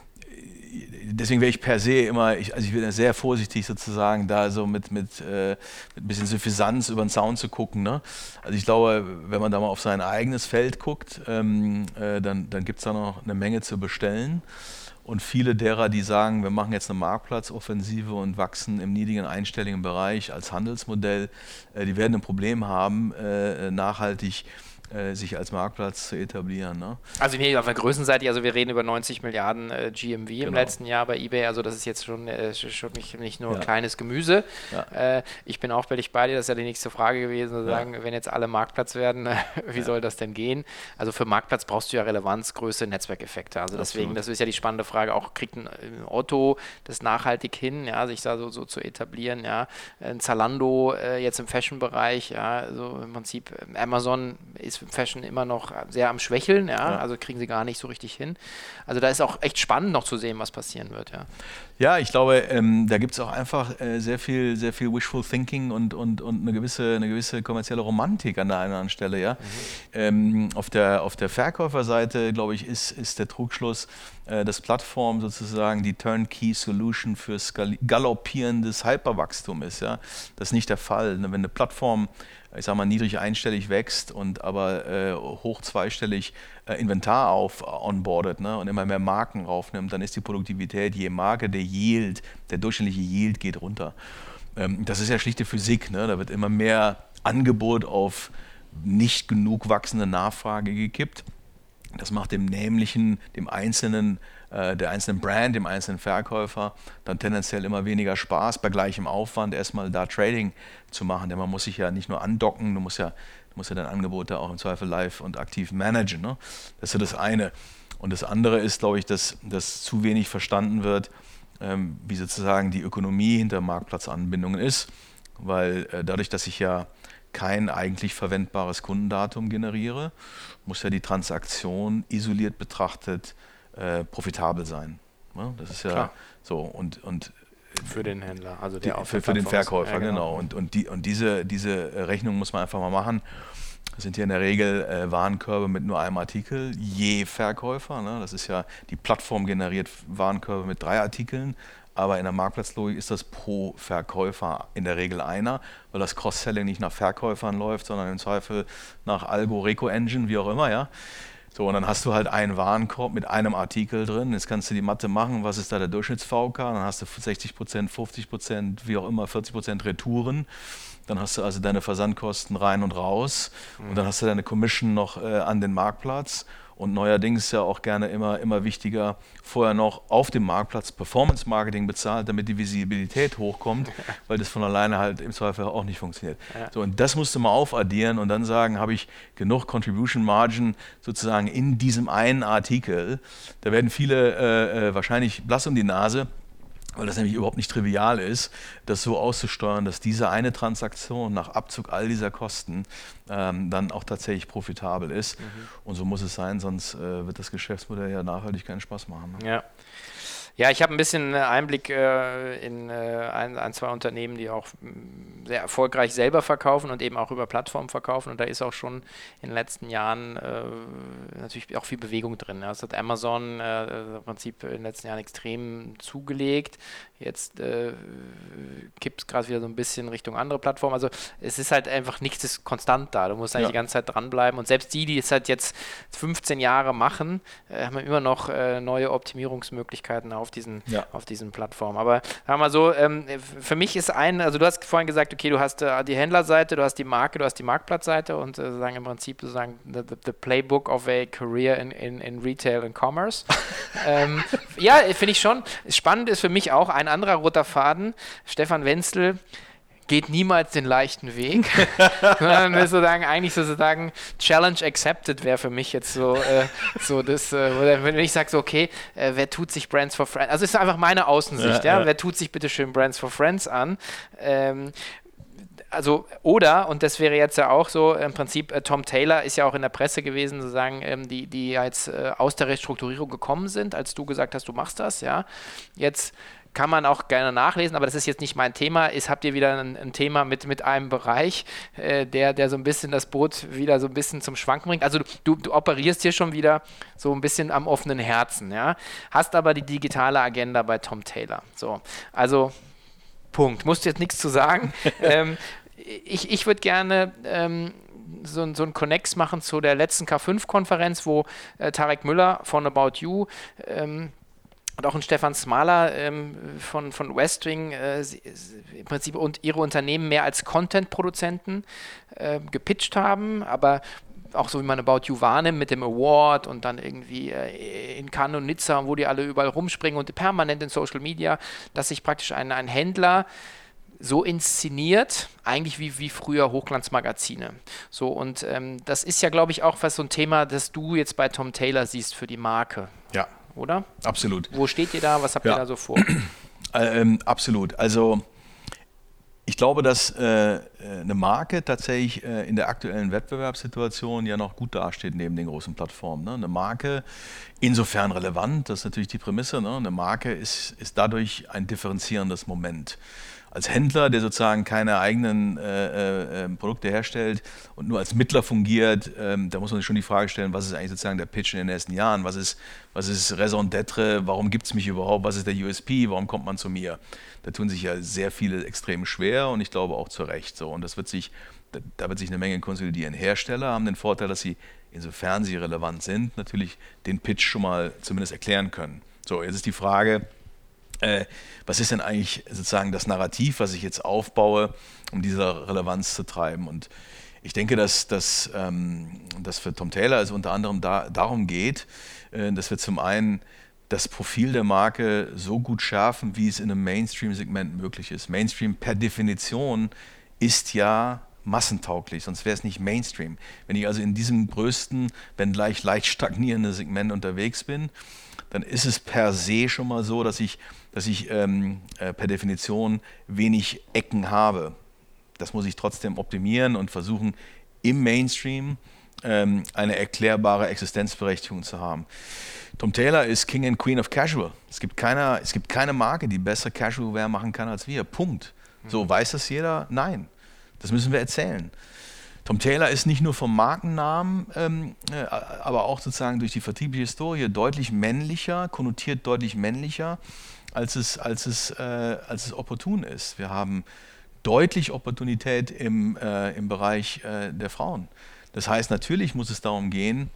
deswegen wäre ich per se immer, ich, also ich bin sehr vorsichtig sozusagen, da so mit, mit, äh, mit ein bisschen Suffisanz über den Zaun zu gucken. Ne? Also ich glaube, wenn man da mal auf sein eigenes Feld guckt, ähm, äh, dann, dann gibt es da noch eine Menge zu bestellen. Und viele derer, die sagen, wir machen jetzt eine Marktplatzoffensive und wachsen im niedrigen einstelligen Bereich als Handelsmodell, äh, die werden ein Problem haben, äh, nachhaltig äh, sich als Marktplatz zu etablieren. Ne? Also nee, auf der Größenseite, also wir reden über neunzig Milliarden äh, G M V genau. im letzten Jahr bei eBay, also das ist jetzt schon, äh, schon nicht, nicht nur ja. kleines Gemüse. Ja. Äh, ich bin auch völlig bei dir, das ist ja die nächste Frage gewesen, zu sagen, ja. wenn jetzt alle Marktplatz werden, wie ja. soll das denn gehen? Also für Marktplatz brauchst du ja Relevanz, Größe, Netzwerkeffekte. Also deswegen, Absolut. Das ist ja die spannende Frage, auch kriegt ein, ein Otto das nachhaltig hin, ja, sich da so, so zu etablieren, ja. Ein Zalando äh, jetzt im Fashion-Bereich, ja, also im Prinzip Amazon ist im Fashion immer noch sehr am Schwächeln, ja? ja, also kriegen sie gar nicht so richtig hin. Also da ist auch echt spannend noch zu sehen, was passieren wird, ja. Ja, ich glaube, ähm, da gibt es auch einfach äh, sehr viel, sehr viel Wishful Thinking und, und, und eine gewisse, eine gewisse kommerzielle Romantik an der einen oder anderen Stelle, ja. Mhm. Ähm, auf der, auf der Verkäuferseite, glaube ich, ist, ist der Trugschluss, äh, dass Plattform sozusagen die Turnkey-Solution für galoppierendes Hyperwachstum ist, ja. Das ist nicht der Fall. Wenn eine Plattform, ich sage mal, niedrig einstellig wächst und aber äh, hoch zweistellig äh, Inventar auf onboardet, ne, und immer mehr Marken raufnimmt, dann ist die Produktivität je Marke, der Yield, der durchschnittliche Yield geht runter. Ähm, das ist ja schlichte Physik, ne? Da wird immer mehr Angebot auf nicht genug wachsende Nachfrage gekippt. Das macht dem nämlichen, dem einzelnen, äh, der einzelnen Brand, dem einzelnen Verkäufer dann tendenziell immer weniger Spaß, bei gleichem Aufwand erstmal da Trading zu machen. Denn man muss sich ja nicht nur andocken, du musst ja, du musst ja dein Angebot da auch im Zweifel live und aktiv managen. Ne? Das ist ja das eine. Und das andere ist, glaube ich, dass, dass zu wenig verstanden wird, ähm, wie sozusagen die Ökonomie hinter Marktplatzanbindungen ist. Weil äh, dadurch, dass ich ja kein eigentlich verwendbares Kundendatum generiere, muss ja die Transaktion isoliert betrachtet äh, profitabel sein. Ja, das ist ja Klar. so. Und, und für den Händler, also der die, für, für den Verkäufer, ja, genau. genau. Und, und, die, und diese, diese Rechnung muss man einfach mal machen. Das sind ja in der Regel äh, Warenkörbe mit nur einem Artikel je Verkäufer. Ne? Das ist ja, die Plattform generiert Warenkörbe mit drei Artikeln. Aber in der Marktplatzlogik ist das pro Verkäufer in der Regel einer, weil das Cross-Selling nicht nach Verkäufern läuft, sondern im Zweifel nach Algo, Reco-Engine, wie auch immer, ja. So, und dann hast du halt einen Warenkorb mit einem Artikel drin. Jetzt kannst du die Mathe machen, was ist da der Durchschnitts-V K? Dann hast du sechzig Prozent, fünfzig Prozent, wie auch immer, vierzig Prozent Retouren. Dann hast du also deine Versandkosten rein und raus. Mhm. Und dann hast du deine Commission noch äh, an den Marktplatz. Und neuerdings ja auch gerne immer, immer wichtiger, vorher noch auf dem Marktplatz Performance-Marketing bezahlt, damit die Visibilität hochkommt, weil das von alleine halt im Zweifel auch nicht funktioniert. Ja. So, und das musst du mal aufaddieren und dann sagen, habe ich genug Contribution Margin sozusagen in diesem einen Artikel. Da werden viele äh, wahrscheinlich blass um die Nase, weil das nämlich überhaupt nicht trivial ist, das so auszusteuern, dass diese eine Transaktion nach Abzug all dieser Kosten ähm, dann auch tatsächlich profitabel ist. Mhm. Und so muss es sein, sonst äh, wird das Geschäftsmodell ja nachhaltig keinen Spaß machen. Ne? Ja. Ja, ich habe ein bisschen Einblick äh, in äh, ein, ein, zwei Unternehmen, die auch m, sehr erfolgreich selber verkaufen und eben auch über Plattformen verkaufen. Und da ist auch schon in den letzten Jahren äh, natürlich auch viel Bewegung drin. Ja. Das hat Amazon äh, im Prinzip in den letzten Jahren extrem zugelegt. Jetzt äh, kippt es gerade wieder so ein bisschen Richtung andere Plattformen. Also es ist halt einfach nichts ist konstant da. Du musst eigentlich ja. die ganze Zeit dranbleiben. Und selbst die, die es halt jetzt fünfzehn Jahre machen, äh, haben immer noch äh, neue Optimierungsmöglichkeiten auf diesen, ja. auf diesen Plattformen. Aber sagen wir mal so, ähm, für mich ist ein, also du hast vorhin gesagt, okay, du hast äh, die Händlerseite, du hast die Marke, du hast die Marktplatzseite und äh, sagen im Prinzip sozusagen the, the, the playbook of a career in, in, in Retail and Commerce. ähm, ja, finde ich schon. Spannend ist für mich auch ein anderer roter Faden. Stefan Wenzel geht niemals den leichten Weg, sondern sozusagen eigentlich sozusagen Challenge accepted wäre für mich jetzt so, äh, so das, äh, wenn ich sage so, okay, äh, wer tut sich Brands for Friends, also es ist einfach meine Außensicht, ja, ja, ja. wer tut sich bitte schön Brands for Friends an, ähm, also, oder, und das wäre jetzt ja auch so, im Prinzip, äh, Tom Taylor ist ja auch in der Presse gewesen, sozusagen, ähm, die, die jetzt äh, aus der Restrukturierung gekommen sind, als du gesagt hast, du machst das, ja, jetzt kann man auch gerne nachlesen, aber das ist jetzt nicht mein Thema. Ist, habt ihr wieder ein, ein Thema mit, mit einem Bereich, äh, der, der so ein bisschen das Boot wieder so ein bisschen zum Schwanken bringt? Also du, du operierst hier schon wieder so ein bisschen am offenen Herzen, ja? Hast aber die digitale Agenda bei Tom Taylor. So, also Punkt. Musst du jetzt nichts zu sagen. ähm, ich ich würde gerne ähm, so, so einen Connex machen zu der letzten K fünf Konferenz, wo äh, Tarek Müller von About You ähm, und auch ein Stefan Smaler ähm, von, von Westwing äh, sie, im Prinzip und ihre Unternehmen mehr als Content-Produzenten äh, gepitcht haben, aber auch so wie man About You wahrnimmt mit dem Award und dann irgendwie äh, in Cannes und Nizza, wo die alle überall rumspringen und permanent in Social Media, dass sich praktisch ein, ein Händler so inszeniert, eigentlich wie, wie früher Hochglanzmagazine. So, und ähm, das ist ja, glaube ich, auch was so ein Thema, das du jetzt bei Tom Tailor siehst für die Marke. Ja. Oder? Absolut. Wo steht ihr da? Was habt ja. ihr da so vor? Ähm, absolut. Also ich glaube, dass äh, eine Marke tatsächlich äh, in der aktuellen Wettbewerbssituation ja noch gut dasteht neben den großen Plattformen. Ne? Eine Marke, insofern relevant, das ist natürlich die Prämisse, ne? Eine Marke ist, ist dadurch ein differenzierendes Moment. Als Händler, der sozusagen keine eigenen äh, äh, Produkte herstellt und nur als Mittler fungiert, ähm, da muss man sich schon die Frage stellen, was ist eigentlich sozusagen der Pitch in den nächsten Jahren? Was ist, was ist Raison d'être? Warum gibt es mich überhaupt? Was ist der U S P? Warum kommt man zu mir? Da tun sich ja sehr viele extrem schwer und ich glaube auch zu Recht so. Und das wird sich, da, da wird sich eine Menge konsolidieren. Hersteller haben den Vorteil, dass sie, insofern sie relevant sind, natürlich den Pitch schon mal zumindest erklären können. So, jetzt ist die Frage, Äh, was ist denn eigentlich sozusagen das Narrativ, was ich jetzt aufbaue, um diese Relevanz zu treiben? Und ich denke, dass das ähm, für Tom Tailor es unter anderem da, darum geht, äh, dass wir zum einen das Profil der Marke so gut schärfen, wie es in einem Mainstream-Segment möglich ist. Mainstream per Definition ist ja massentauglich, sonst wäre es nicht Mainstream. Wenn ich also in diesem größten, wenn gleich leicht stagnierenden Segment unterwegs bin, dann ist es per se schon mal so, dass ich, dass ich ähm, äh, per Definition wenig Ecken habe. Das muss ich trotzdem optimieren und versuchen, im Mainstream ähm, eine erklärbare Existenzberechtigung zu haben. Tom Tailor ist King and Queen of Casual. Es gibt keine, es gibt keine Marke, die besser Casual Wear machen kann als wir. Punkt. So, weiß das jeder? Nein. Das müssen wir erzählen. Tom Tailor ist nicht nur vom Markennamen, ähm, äh, aber auch sozusagen durch die vertriebliche Historie deutlich männlicher, konnotiert deutlich männlicher, als es, als es, äh, als es opportun ist. Wir haben deutlich Opportunität im, äh, im Bereich äh, der Frauen. Das heißt, natürlich muss es darum gehen,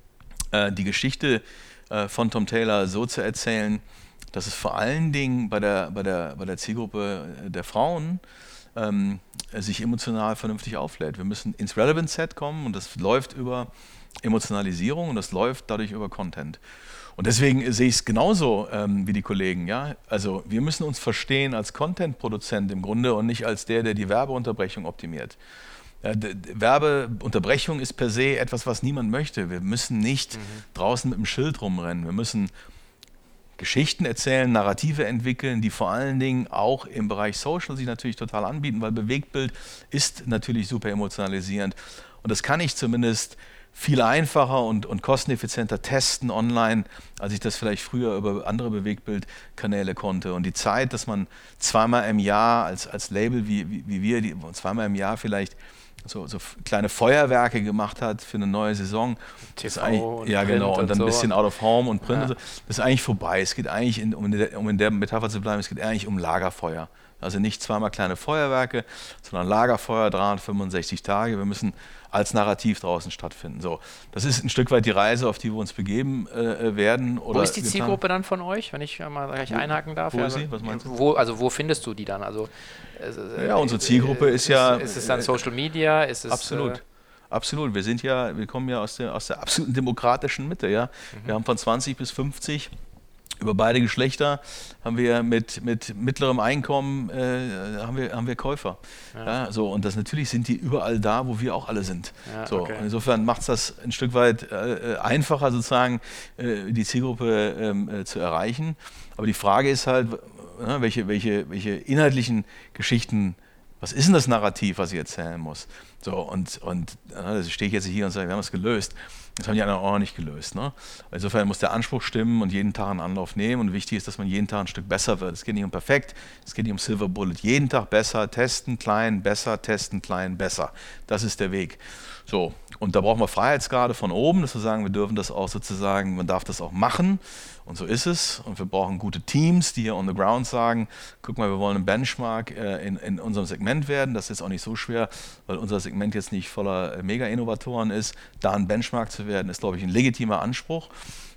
äh, die Geschichte äh, von Tom Tailor so zu erzählen, dass es vor allen Dingen bei der, bei der, bei der Zielgruppe der Frauen ähm, sich emotional vernünftig auflädt. Wir müssen ins Relevance-Set kommen und das läuft über Emotionalisierung und das läuft dadurch über Content. Und deswegen sehe ich es genauso ähm, wie die Kollegen. Ja? Also wir müssen uns verstehen als Content-Produzent im Grunde und nicht als der, der die Werbeunterbrechung optimiert. Äh, Werbeunterbrechung ist per se etwas, was niemand möchte. Wir müssen nicht mhm. draußen mit dem Schild rumrennen. Wir müssen Geschichten erzählen, Narrative entwickeln, die vor allen Dingen auch im Bereich Social sich natürlich total anbieten, weil Bewegtbild ist natürlich super emotionalisierend. Und das kann ich zumindest viel einfacher und, und kosteneffizienter testen online, als ich das vielleicht früher über andere Bewegtbildkanäle konnte. Und die Zeit, dass man zweimal im Jahr als, als Label wie, wie, wie wir, die zweimal im Jahr vielleicht So, so kleine Feuerwerke gemacht hat für eine neue Saison. T V und ja, genau, und dann so. ein bisschen Out of Home und Print ja. und so. Das ist eigentlich vorbei. Es geht eigentlich, in, um, in der, um in der Metapher zu bleiben, es geht eigentlich um Lagerfeuer. Also nicht zweimal kleine Feuerwerke, sondern Lagerfeuer, dreihundertfünfundsechzig Tage. Wir müssen als Narrativ draußen stattfinden. So, das ist ein Stück weit die Reise, auf die wir uns begeben äh, werden. Oder wo ist die Zielgruppe dann von euch, wenn ich mal gleich einhaken darf? Wo ja, ist sie? Was meinst du? Wo, also wo findest du die dann? Also, äh, ja, unsere Zielgruppe ist, ist ja... Ist es dann Social Media? Ist es, absolut. Äh, Absolut. Wir sind ja, wir kommen ja aus der, aus der absoluten demokratischen Mitte. Ja? Mhm. Wir haben von zwanzig bis fünfzig über beide Geschlechter haben wir mit, mit mittlerem Einkommen äh, haben wir, haben wir Käufer. Ja. Ja, so, und das natürlich sind die überall da, wo wir auch alle sind. Ja, so, okay. Insofern macht es das ein Stück weit äh, einfacher, sozusagen äh, die Zielgruppe äh, zu erreichen. Aber die Frage ist halt, äh, welche, welche, welche inhaltlichen Geschichten, was ist denn das Narrativ, was ich erzählen muss? So, und, und da stehe ich jetzt hier und sage, wir haben es gelöst. Das haben die anderen auch nicht gelöst. Ne? Insofern muss der Anspruch stimmen und jeden Tag einen Anlauf nehmen. Und wichtig ist, dass man jeden Tag ein Stück besser wird. Es geht nicht um perfekt, es geht nicht um Silver Bullet. Jeden Tag besser, testen, klein, besser, testen, klein, besser. Das ist der Weg. So, und da brauchen wir Freiheitsgrade von oben, dass wir sagen, wir dürfen das auch sozusagen, man darf das auch machen. Und so ist es. Und wir brauchen gute Teams, die hier on the ground sagen, guck mal, wir wollen ein Benchmark äh, in, in unserem Segment werden. Das ist jetzt auch nicht so schwer, weil unser Segment jetzt nicht voller äh, Mega-Innovatoren ist. Da ein Benchmark zu werden, ist, glaube ich, ein legitimer Anspruch.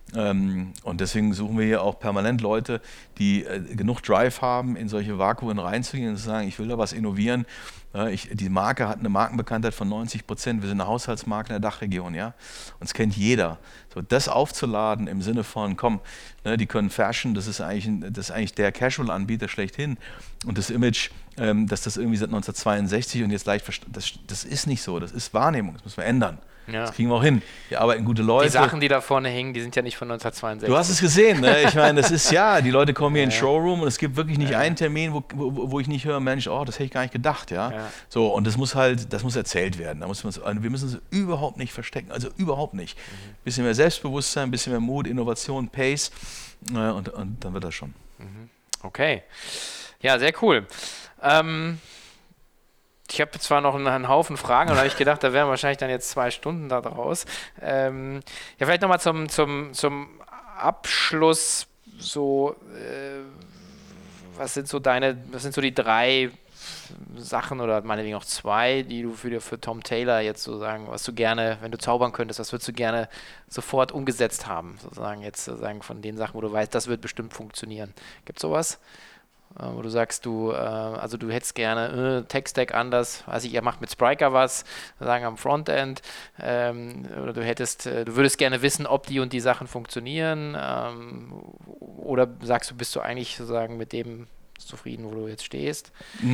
Ähm, und deswegen suchen wir hier auch permanent Leute, die äh, genug Drive haben, in solche Vakuen reinzugehen und zu sagen, ich will da was innovieren. Ja, ich, die Marke hat eine Markenbekanntheit von neunzig Prozent. Wir sind eine Haushaltsmarke in der Dachregion. Ja? Uns kennt jeder. So, das aufzuladen im Sinne von, komm, ne, die können Fashion, das ist eigentlich, ein, das ist eigentlich der Casual-Anbieter schlechthin. Und das Image, ähm, dass das irgendwie seit neunzehnhundertzweiundsechzig und jetzt leicht, das, das ist nicht so. Das ist Wahrnehmung, das müssen wir ändern. Ja. Das kriegen wir auch hin. Wir arbeiten gute Leute. Die Sachen, die da vorne hängen, die sind ja nicht von neunzehnhundertzweiundsechzig. Du hast es gesehen, ne? Ich meine, das ist ja, die Leute kommen hier ja, in den Showroom und es gibt wirklich nicht ja. einen Termin, wo, wo, wo ich nicht höre, Mensch, oh, das hätte ich gar nicht gedacht, ja? ja. So, und das muss halt, das muss erzählt werden. Da muss man, also wir müssen es überhaupt nicht verstecken, also überhaupt nicht. Ein mhm. bisschen mehr Selbstbewusstsein, ein bisschen mehr Mut, Innovation, Pace äh, und, und dann wird das schon. Mhm. Okay. Ja, sehr cool. Ähm, Ich habe zwar noch einen Haufen Fragen, aber habe ich gedacht, da wären wahrscheinlich dann jetzt zwei Stunden da draus. Ähm, ja, vielleicht nochmal zum, zum, zum Abschluss so, äh, was sind so deine, was sind so die drei Sachen oder meinetwegen auch zwei, die du für, für Tom Taylor jetzt so sagen, was du gerne, wenn du zaubern könntest, was würdest du gerne sofort umgesetzt haben, sozusagen jetzt sozusagen von den Sachen, wo du weißt, das wird bestimmt funktionieren. Gibt es sowas? Wo du sagst, du, äh, also du hättest gerne äh, Tech-Stack anders, weiß ich, ihr macht mit Spryker was, sagen am Frontend, ähm, oder du hättest, äh, du würdest gerne wissen, ob die und die Sachen funktionieren, ähm, oder sagst du, bist du eigentlich sozusagen mit dem zufrieden, wo du jetzt stehst?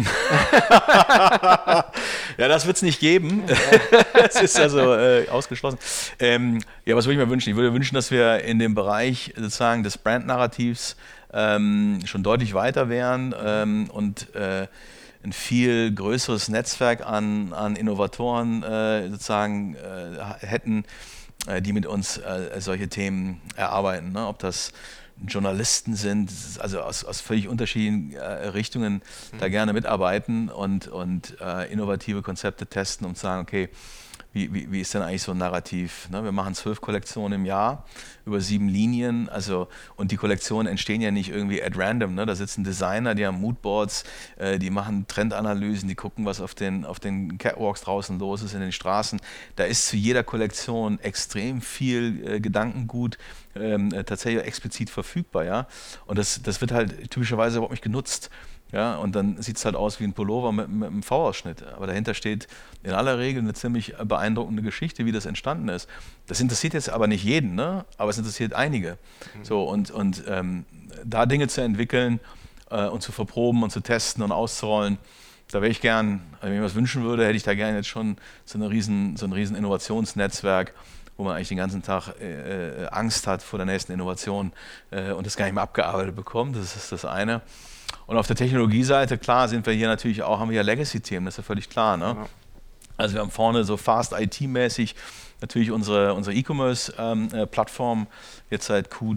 Ja, das wird es nicht geben. Das ist also äh, ausgeschlossen. Ähm, ja, was würde ich mir wünschen? Ich würde wünschen, dass wir in dem Bereich sozusagen des Brand-Narrativs ähm, schon deutlich weiter wären ähm, und äh, ein viel größeres Netzwerk an, an Innovatoren äh, sozusagen äh, hätten, äh, die mit uns äh, solche Themen erarbeiten. Ne? Ob das Journalisten sind, also aus, aus völlig unterschiedlichen äh, Richtungen mhm. da gerne mitarbeiten und, und äh, innovative Konzepte testen und sagen, okay, wie, wie, wie ist denn eigentlich so ein Narrativ? Ne? Wir machen zwölf Kollektionen im Jahr über sieben Linien, also und die Kollektionen entstehen ja nicht irgendwie at random. Ne? Da sitzen Designer, die haben Moodboards, äh, die machen Trendanalysen, die gucken, was auf den, auf den Catwalks draußen los ist, in den Straßen. Da ist zu jeder Kollektion extrem viel äh, Gedankengut ähm, äh, tatsächlich explizit verfügbar. Ja? Und das, das wird halt typischerweise überhaupt nicht genutzt. Ja, und dann sieht es halt aus wie ein Pullover mit, mit einem V-Ausschnitt. Aber dahinter steht in aller Regel eine ziemlich beeindruckende Geschichte, wie das entstanden ist. Das interessiert jetzt aber nicht jeden, ne? Aber es interessiert einige. Mhm. So, und und ähm, da Dinge zu entwickeln äh, und zu verproben und zu testen und auszurollen, da wäre ich gern, wenn ich mir was wünschen würde, hätte ich da gerne jetzt schon so, eine riesen, so ein riesen Innovationsnetzwerk, wo man eigentlich den ganzen Tag äh, Angst hat vor der nächsten Innovation äh, und das gar nicht mehr abgearbeitet bekommt. Das ist das eine. Und auf der Technologieseite, klar, sind wir hier natürlich auch, haben wir ja Legacy-Themen, das ist ja völlig klar. Ne? Ja. Also wir haben vorne so Fast I T-mäßig natürlich unsere, unsere E-Commerce-Plattform jetzt seit Q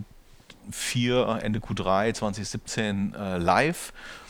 vier, Ende Q drei zwanzig siebzehn äh, live.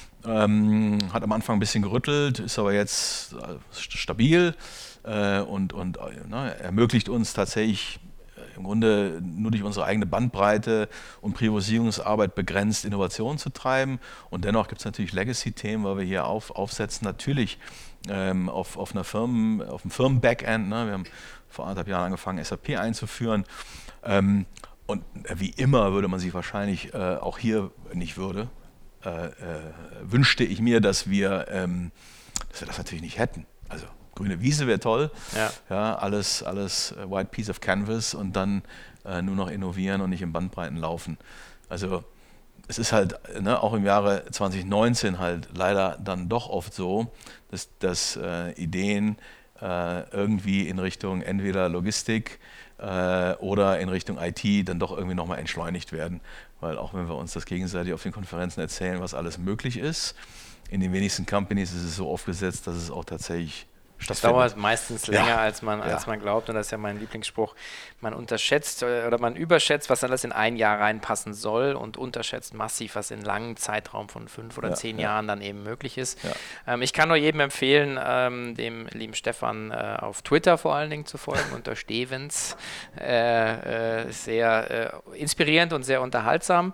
Ähm, hat am Anfang ein bisschen gerüttelt, ist aber jetzt äh, stabil äh, und, und äh, ne, ermöglicht uns tatsächlich im Grunde nur durch unsere eigene Bandbreite und Priorisierungsarbeit begrenzt Innovation zu treiben. Und dennoch gibt es natürlich Legacy-Themen, weil wir hier auf, aufsetzen, natürlich ähm, auf, auf, einer Firmen, auf einem Firmen-Backend. Ne? Wir haben vor anderthalb Jahren angefangen, S A P einzuführen. Ähm, und äh, wie immer würde man sich wahrscheinlich äh, auch hier nicht würde, äh, äh, wünschte ich mir, dass wir, ähm, dass wir das natürlich nicht hätten. Also grüne Wiese wäre toll, ja. Ja, alles, alles white piece of canvas und dann äh, nur noch innovieren und nicht in Bandbreiten laufen. Also es ist halt, ne, auch im Jahre zwanzig neunzehn halt leider dann doch oft so, dass, dass äh, Ideen äh, irgendwie in Richtung entweder Logistik äh, oder in Richtung I T dann doch irgendwie nochmal entschleunigt werden. Weil auch wenn wir uns das gegenseitig auf den Konferenzen erzählen, was alles möglich ist, in den wenigsten Companies ist es so aufgesetzt, dass es auch tatsächlich Das dauert meistens länger, ja. als, man, als ja. man glaubt. Und das ist ja mein Lieblingsspruch. Man unterschätzt oder man überschätzt, was alles in ein Jahr reinpassen soll und unterschätzt massiv, was in langen Zeitraum von fünf oder ja, zehn ja. Jahren dann eben möglich ist. Ja. Ähm, ich kann nur jedem empfehlen, ähm, dem lieben Stefan äh, auf Twitter vor allen Dingen zu folgen, unter Stevens. Äh, äh, sehr äh, inspirierend und sehr unterhaltsam.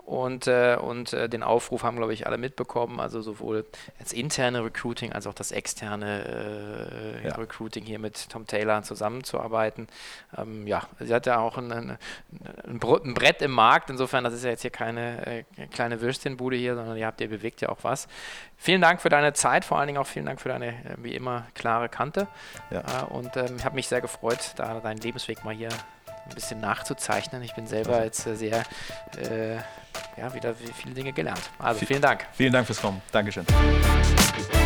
Und, äh, und äh, den Aufruf haben, glaube ich, alle mitbekommen, also sowohl das interne haben, glaube ich, alle mitbekommen, also sowohl das interne Recruiting als auch das externe äh, ja. Recruiting hier mit Tom Taylor zusammenzuarbeiten. Ähm, ja, sie hat ja auch ein, ein, ein Brett im Markt, insofern, das ist ja jetzt hier keine äh, kleine Würstchenbude hier, sondern ihr habt, ihr bewegt ja auch was. Vielen Dank für deine Zeit, vor allen Dingen auch vielen Dank für deine, äh, wie immer, klare Kante. Ja. Äh, und ähm, ich habe mich sehr gefreut, da deinen Lebensweg mal hier ein bisschen nachzuzeichnen. Ich bin selber jetzt äh, sehr, äh, ja, wieder viele Dinge gelernt. Also vielen Dank. Vielen Dank fürs Kommen. Dankeschön.